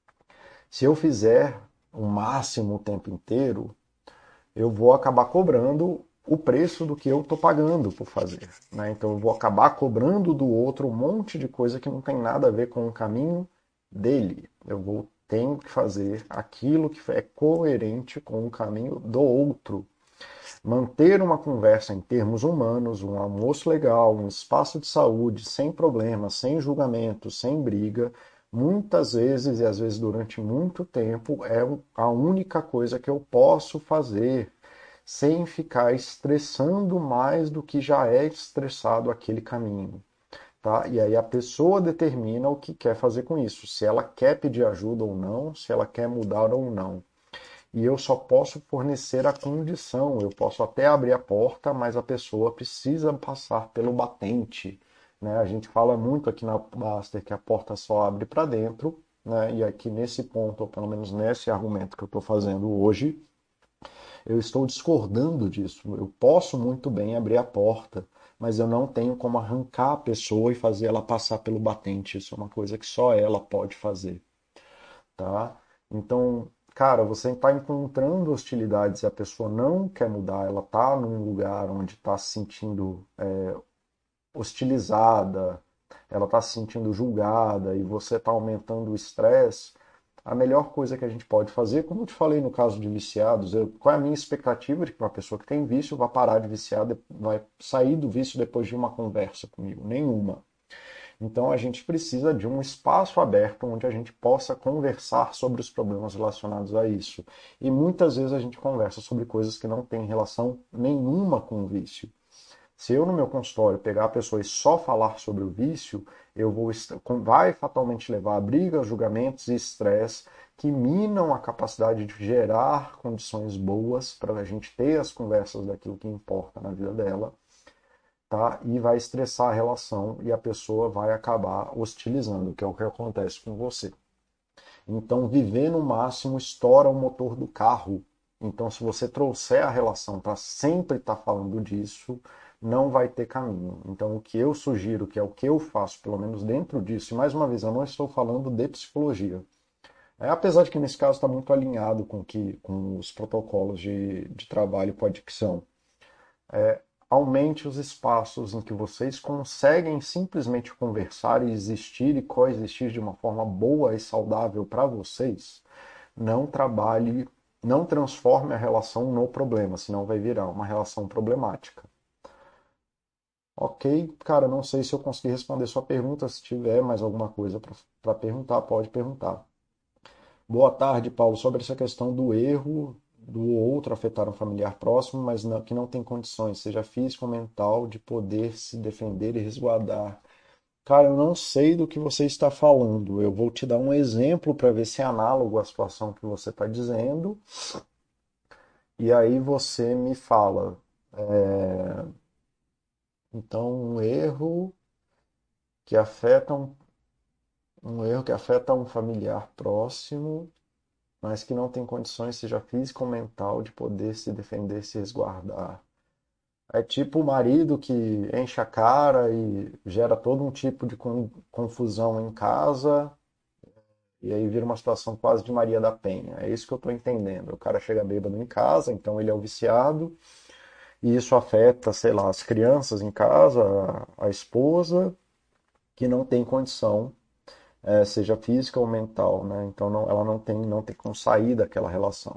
Speaker 1: Se eu fizer o máximo o tempo inteiro, eu vou acabar cobrando o preço do que eu estou pagando por fazer. Né? Então eu vou acabar cobrando do outro um monte de coisa que não tem nada a ver com o caminho dele. Eu vou ter que fazer aquilo que é coerente com o caminho do outro. Manter uma conversa em termos humanos, um almoço legal, um espaço de saúde, sem problemas, sem julgamento, sem briga, muitas vezes e às vezes durante muito tempo é a única coisa que eu posso fazer sem ficar estressando mais do que já é estressado aquele caminho. Tá? E aí a pessoa determina o que quer fazer com isso, se ela quer pedir ajuda ou não, se ela quer mudar ou não. E eu só posso fornecer a condição, eu posso até abrir a porta, mas a pessoa precisa passar pelo batente. Né? A gente fala muito aqui na Baster que a porta só abre para dentro, né? E aqui nesse ponto, ou pelo menos nesse argumento que eu estou fazendo hoje, eu estou discordando disso. Eu posso muito bem abrir a porta, mas eu não tenho como arrancar a pessoa e fazer ela passar pelo batente. Isso é uma coisa que só ela pode fazer, tá? Então, cara, você está encontrando hostilidades e a pessoa não quer mudar, ela está num lugar onde está se sentindo é, hostilizada, ela está se sentindo julgada e você está aumentando o estresse. A melhor coisa que a gente pode fazer, como eu te falei no caso de viciados, eu, qual é a minha expectativa de que uma pessoa que tem vício vai parar de viciar, vai sair do vício depois de uma conversa comigo? Nenhuma. Então a gente precisa de um espaço aberto onde a gente possa conversar sobre os problemas relacionados a isso. E muitas vezes a gente conversa sobre coisas que não têm relação nenhuma com o vício. Se eu no meu consultório pegar a pessoa e só falar sobre o vício, eu vou vai fatalmente levar a brigas, julgamentos e estresse que minam a capacidade de gerar condições boas para a gente ter as conversas daquilo que importa na vida dela, tá? E vai estressar a relação e a pessoa vai acabar hostilizando, que é o que acontece com você. Então, viver no máximo estoura o motor do carro. Então, se você trouxer a relação para sempre estar tá falando disso, não vai ter caminho. Então, o que eu sugiro, que é o que eu faço, pelo menos dentro disso, e mais uma vez, eu não estou falando de psicologia. É, apesar de que nesse caso está muito alinhado com, que, com os protocolos de, de trabalho com adicção. Aumente os espaços em que vocês conseguem simplesmente conversar e existir e coexistir de uma forma boa e saudável para vocês. Não trabalhe, não transforme a relação no problema, senão vai virar uma relação problemática. Ok, cara, não sei se eu consegui responder sua pergunta. Se tiver mais alguma coisa para perguntar, pode perguntar. Boa tarde, Paulo. Sobre essa questão do erro do outro afetar um familiar próximo, mas não- que não tem condições, seja físico ou mental, de poder se defender e resguardar. Cara, eu não sei do que você está falando. Eu vou te dar um exemplo para ver se é análogo à situação que você está dizendo, e aí você me fala. É, Então, um erro que afeta um, um erro que afeta um familiar próximo, mas que não tem condições, seja físico ou mental, de poder se defender, se resguardar. É tipo o marido que enche a cara e gera todo um tipo de confusão em casa, e aí vira uma situação quase de Maria da Penha. É isso que eu estou entendendo. O cara chega bêbado em casa, então ele é o viciado, e isso afeta, sei lá, as crianças em casa, a, a esposa, que não tem condição, é, seja física ou mental, né? Então não, ela não tem, não tem como sair daquela relação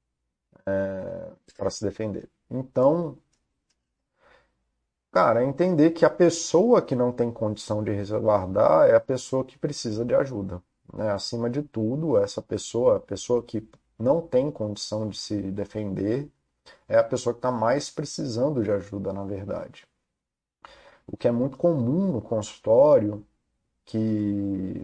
Speaker 1: para se defender. Então, cara, é entender que a pessoa que não tem condição de resguardar é a pessoa que precisa de ajuda, né? Acima de tudo, essa pessoa, a pessoa que não tem condição de se defender, é a pessoa que está mais precisando de ajuda, na verdade. O que é muito comum no consultório, que,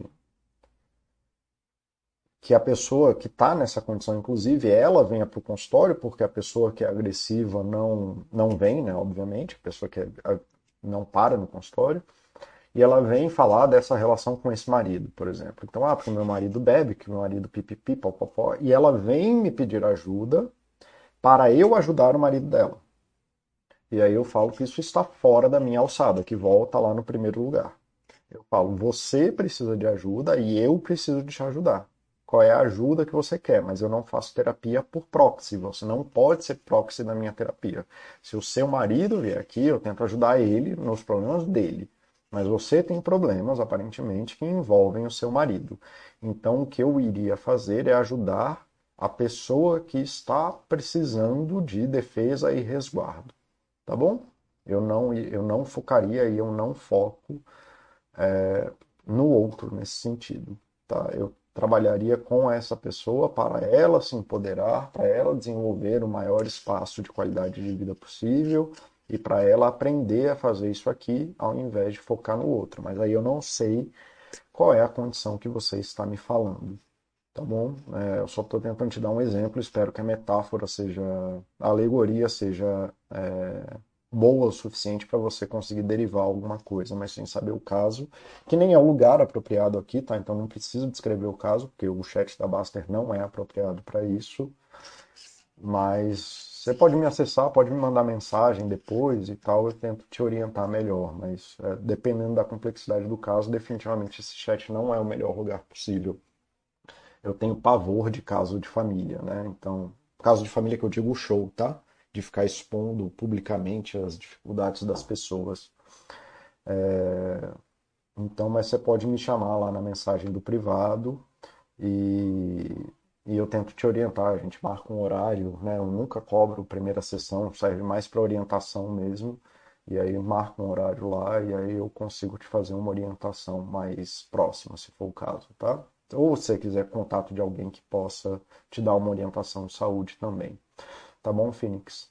Speaker 1: que a pessoa que está nessa condição, inclusive, ela venha para o consultório, porque a pessoa que é agressiva não, não vem, né, obviamente, a pessoa que é, não para no consultório, e ela vem falar dessa relação com esse marido, por exemplo. Então, ah, porque meu marido bebe, que meu marido pipipi, popopó, e ela vem me pedir ajuda para eu ajudar o marido dela. E aí eu falo que isso está fora da minha alçada, que volta lá no primeiro lugar. Eu falo, você precisa de ajuda e eu preciso de te ajudar. Qual é a ajuda que você quer? Mas eu não faço terapia por proxy. Você não pode ser proxy da minha terapia. Se o seu marido vier aqui, eu tento ajudar ele nos problemas dele. Mas você tem problemas, aparentemente, que envolvem o seu marido. Então, o que eu iria fazer é ajudar a pessoa que está precisando de defesa e resguardo. Tá bom? Eu não, eu não focaria e eu não foco no outro nesse sentido. Tá? Eu trabalharia com essa pessoa para ela se empoderar, para ela desenvolver o maior espaço de qualidade de vida possível e para ela aprender a fazer isso aqui ao invés de focar no outro. Mas aí eu não sei qual é a condição que você está me falando. Tá bom? É, eu só estou tentando te dar um exemplo, espero que a metáfora seja, a alegoria seja é, boa o suficiente para você conseguir derivar alguma coisa, mas sem saber o caso, que nem é o lugar apropriado aqui, tá? Então não preciso descrever o caso, porque o chat da Baster não é apropriado para isso, mas você pode me acessar, pode me mandar mensagem depois e tal, eu tento te orientar melhor, mas é, dependendo da complexidade do caso, definitivamente esse chat não é o melhor lugar possível. Eu tenho pavor de caso de família, né? Então, caso de família que eu digo o show, tá? De ficar expondo publicamente as dificuldades das pessoas. Então, mas você pode me chamar lá na mensagem do privado e, e eu tento te orientar. A gente marca um horário, né? Eu nunca cobro primeira sessão, serve mais para orientação mesmo. E aí marca um horário lá e aí eu consigo te fazer uma orientação mais próxima, se for o caso, tá? Ou se você quiser contato de alguém que possa te dar uma orientação de saúde também. Tá bom, Phoenix?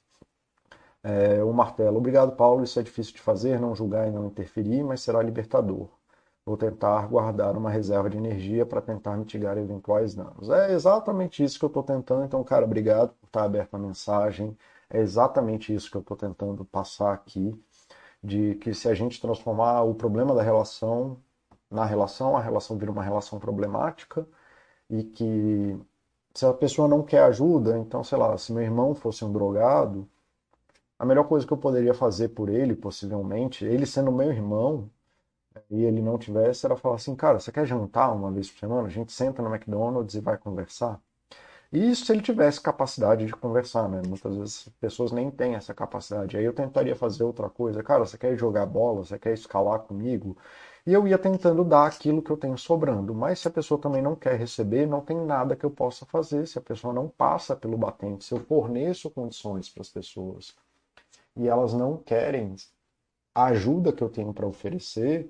Speaker 1: É, o martelo. Obrigado, Paulo. Isso é difícil de fazer, não julgar e não interferir, mas será libertador. Vou tentar guardar uma reserva de energia para tentar mitigar eventuais danos. É exatamente isso que eu estou tentando. Então, cara, obrigado por estar aberto a mensagem. É exatamente isso que eu estou tentando passar aqui, de que se a gente transformar o problema da relação na relação, a relação vira uma relação problemática e que se a pessoa não quer ajuda, então, sei lá, se meu irmão fosse um drogado, a melhor coisa que eu poderia fazer por ele, possivelmente, ele sendo meu irmão, e ele não tivesse, era falar assim, cara, você quer jantar uma vez por semana? A gente senta no McDonald's e vai conversar? E isso se ele tivesse capacidade de conversar, né? Muitas vezes as pessoas nem têm essa capacidade. Aí eu tentaria fazer outra coisa. Cara, você quer jogar bola? Você quer escalar comigo? E eu ia tentando dar aquilo que eu tenho sobrando. Mas se a pessoa também não quer receber, não tem nada que eu possa fazer. Se a pessoa não passa pelo batente, se eu forneço condições para as pessoas e elas não querem a ajuda que eu tenho para oferecer,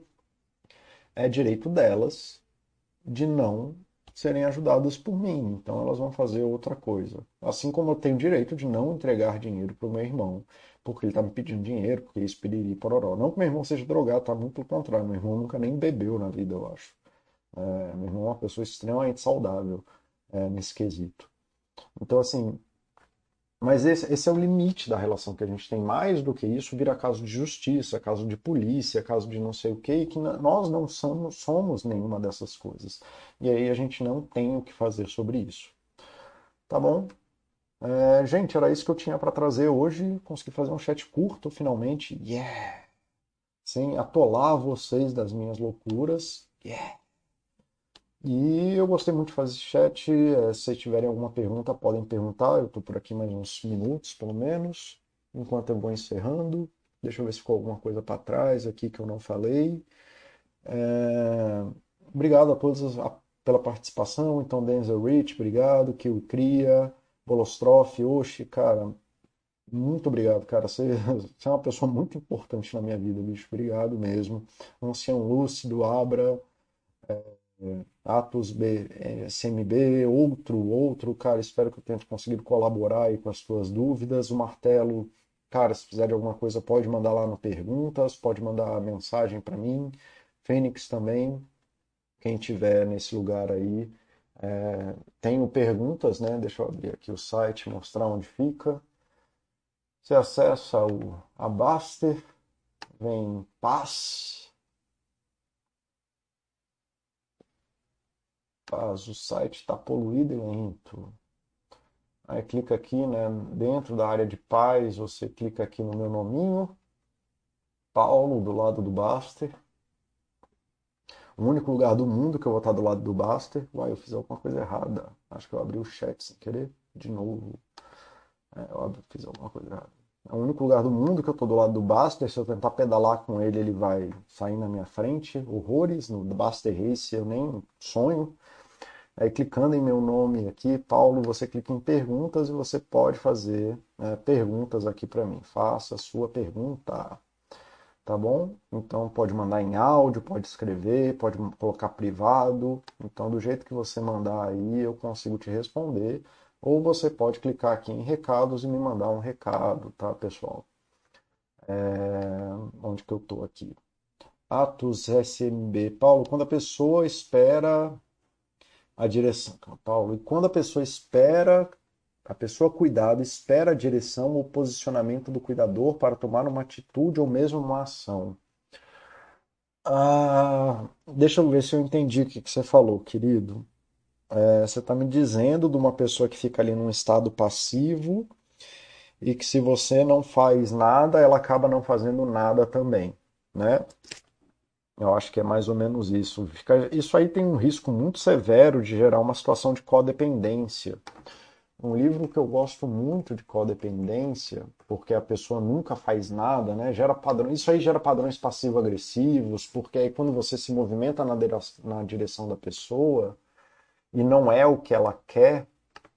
Speaker 1: é direito delas de não serem ajudadas por mim. Então elas vão fazer outra coisa. Assim como eu tenho direito de não entregar dinheiro para o meu irmão, porque ele está me pedindo dinheiro, porque isso piriri pororó. Não que meu irmão seja drogado, tá? Muito pelo contrário. Meu irmão nunca nem bebeu na vida, eu acho. É, meu irmão é uma pessoa extremamente saudável é, nesse quesito. Então, assim, mas esse, esse é o limite da relação que a gente tem. Mais do que isso, vira caso de justiça, caso de polícia, caso de não sei o quê, e que nós não somos, somos nenhuma dessas coisas. E aí a gente não tem o que fazer sobre isso. Tá bom? É, gente, era isso que eu tinha para trazer hoje. Consegui fazer um chat curto, finalmente. Yeah! Sem atolar vocês das minhas loucuras. Yeah! E eu gostei muito de fazer esse chat. É, se vocês tiverem alguma pergunta, podem perguntar. Eu estou por aqui mais uns minutos, pelo menos, enquanto eu vou encerrando. Deixa eu ver se ficou alguma coisa para trás aqui que eu não falei. É, Obrigado a todos a- pela participação. Então, Denzel Rich, obrigado. Kill Cria, Bolostrof, Oshi, cara, muito obrigado, cara. Você, você é uma pessoa muito importante na minha vida, bicho. Obrigado mesmo. Ancião Lúcido, Abra. Atos B, S M B, outro, outro, cara, espero que eu tenha conseguido colaborar aí com as tuas dúvidas. O Martelo, cara, se precisar de alguma coisa, pode mandar lá no Perguntas, pode mandar mensagem para mim. Fênix também, quem tiver nesse lugar aí. É, tenho perguntas, né? Deixa eu abrir aqui o site, mostrar onde fica. Você acessa o Abaster, vem Paz, Paz, o site está poluído e lento. Aí clica aqui, né, dentro da área de paz, você clica aqui no meu nominho, Paulo, do lado do Baster. O único lugar do mundo que eu vou estar do lado do Baster. Uai, eu fiz alguma coisa errada. Acho que eu abri o chat sem querer. De novo. É, eu fiz alguma coisa errada. É o único lugar do mundo que eu estou do lado do Baster. Se eu tentar pedalar com ele, ele vai sair na minha frente. Horrores. No Baster Race eu nem sonho. Aí clicando em meu nome aqui, Paulo, você clica em perguntas e você pode fazer, né, perguntas aqui para mim. Faça a sua pergunta, tá bom? Então pode mandar em áudio, pode escrever, pode colocar privado. Então do jeito que você mandar aí, eu consigo te responder. Ou você pode clicar aqui em recados e me mandar um recado, tá, pessoal? É... Onde que eu tô aqui? Atos S M B. Paulo, quando a pessoa espera a direção, Paulo. E quando a pessoa espera, a pessoa cuidada espera a direção ou posicionamento do cuidador para tomar uma atitude ou mesmo uma ação. Ah, deixa eu ver se eu entendi o que que você falou, querido. É, você está me dizendo de uma pessoa que fica ali num estado passivo e que se você não faz nada, ela acaba não fazendo nada também, né? Eu acho que é mais ou menos isso. Fica- isso aí tem um risco muito severo de gerar uma situação de codependência. Um livro que eu gosto muito de codependência, porque a pessoa nunca faz nada, né? Gera padrão, isso aí gera padrões passivo-agressivos, porque aí quando você se movimenta na dire- na direção da pessoa e não é o que ela quer,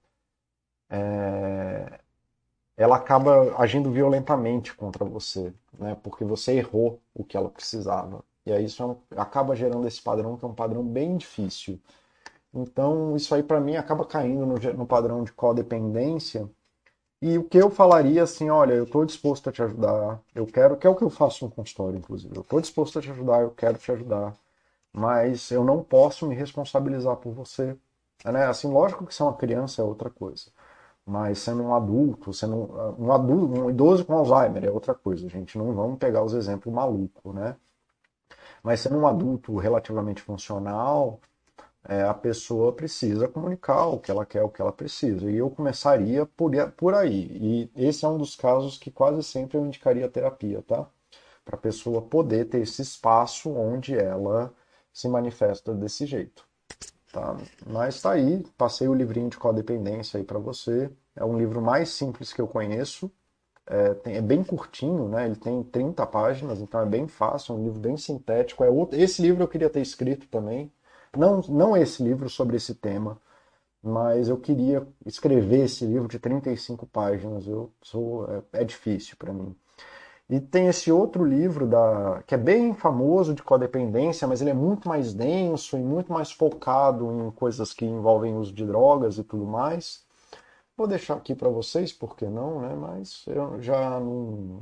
Speaker 1: ela acaba agindo violentamente contra você, né? Porque você errou o que ela precisava. E aí isso é um- acaba gerando esse padrão que é um padrão bem difícil. Então, isso aí para mim acaba caindo no, ge- no padrão de codependência. E o que eu falaria assim, olha, eu estou disposto a te ajudar, eu quero, que é o que eu faço no consultório, inclusive, eu estou disposto a te ajudar, eu quero te ajudar, mas eu não posso me responsabilizar por você. Né? Assim, lógico que ser uma criança é outra coisa, mas sendo um adulto, sendo um, um adulto, um idoso com Alzheimer é outra coisa, gente, não vamos pegar os exemplos malucos, né? Mas sendo um adulto relativamente funcional, é, a pessoa precisa comunicar o que ela quer, o que ela precisa. E eu começaria por, por aí. E esse é um dos casos que quase sempre eu indicaria terapia, tá? Para a pessoa poder ter esse espaço onde ela se manifesta desse jeito, tá? Mas tá aí, passei o livrinho de codependência aí para você. É um livro mais simples que eu conheço. É, tem- é bem curtinho, né? Ele tem trinta páginas, então é bem fácil, é um livro bem sintético. É outro... Esse livro eu queria ter escrito também. Não, não esse livro sobre esse tema, mas eu queria escrever esse livro de trinta e cinco páginas. Eu sou, é, é difícil para mim. E tem esse outro livro da, que é bem famoso de codependência, mas ele é muito mais denso e muito mais focado em coisas que envolvem uso de drogas e tudo mais. Vou deixar aqui para vocês, por que não, né? Mas eu já não,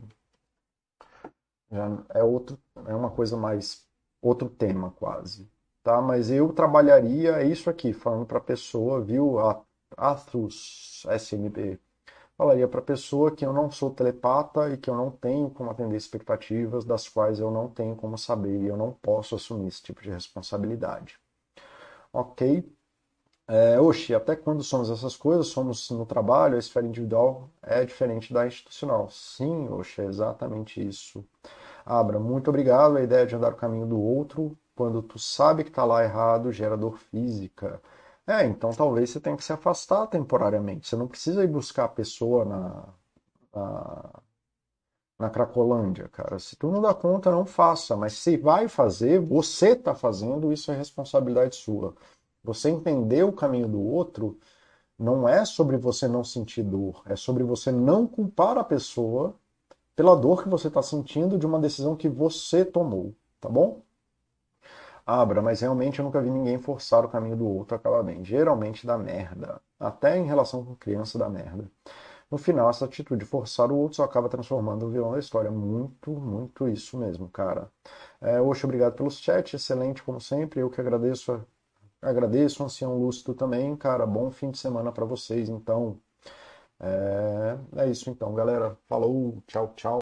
Speaker 1: já é outro, é uma coisa mais outro tema quase, tá? Mas eu trabalharia isso aqui, falando para a pessoa, viu? A Athos S M B. Falaria para a pessoa que eu não sou telepata e que eu não tenho como atender expectativas das quais eu não tenho como saber e eu não posso assumir esse tipo de responsabilidade. Ok? É, oxi, até quando somos essas coisas, somos no trabalho, a esfera individual é diferente da institucional. Sim, oxi, é exatamente isso. Abra, muito obrigado. A ideia de andar o caminho do outro, quando tu sabe que está lá errado, gera dor física. É, então talvez você tenha que se afastar temporariamente. Você não precisa ir buscar a pessoa na, na, na Cracolândia, cara. Se tu não dá conta, não faça. Mas se vai fazer, você está fazendo, isso é responsabilidade sua. Você entender o caminho do outro não é sobre você não sentir dor, é sobre você não culpar a pessoa pela dor que você está sentindo de uma decisão que você tomou, tá bom? Abra, mas realmente eu nunca vi ninguém forçar o caminho do outro a acabar bem. Geralmente dá merda. Até em relação com criança dá merda. No final, essa atitude de forçar o outro só acaba transformando o vilão da história. Muito, muito isso mesmo, cara. É, Oxe, obrigado pelos chats, excelente como sempre. Eu que agradeço, agradeço, ancião Lúcido também, cara. Bom fim de semana para vocês, então. É, é isso então, galera. Falou, tchau, tchau.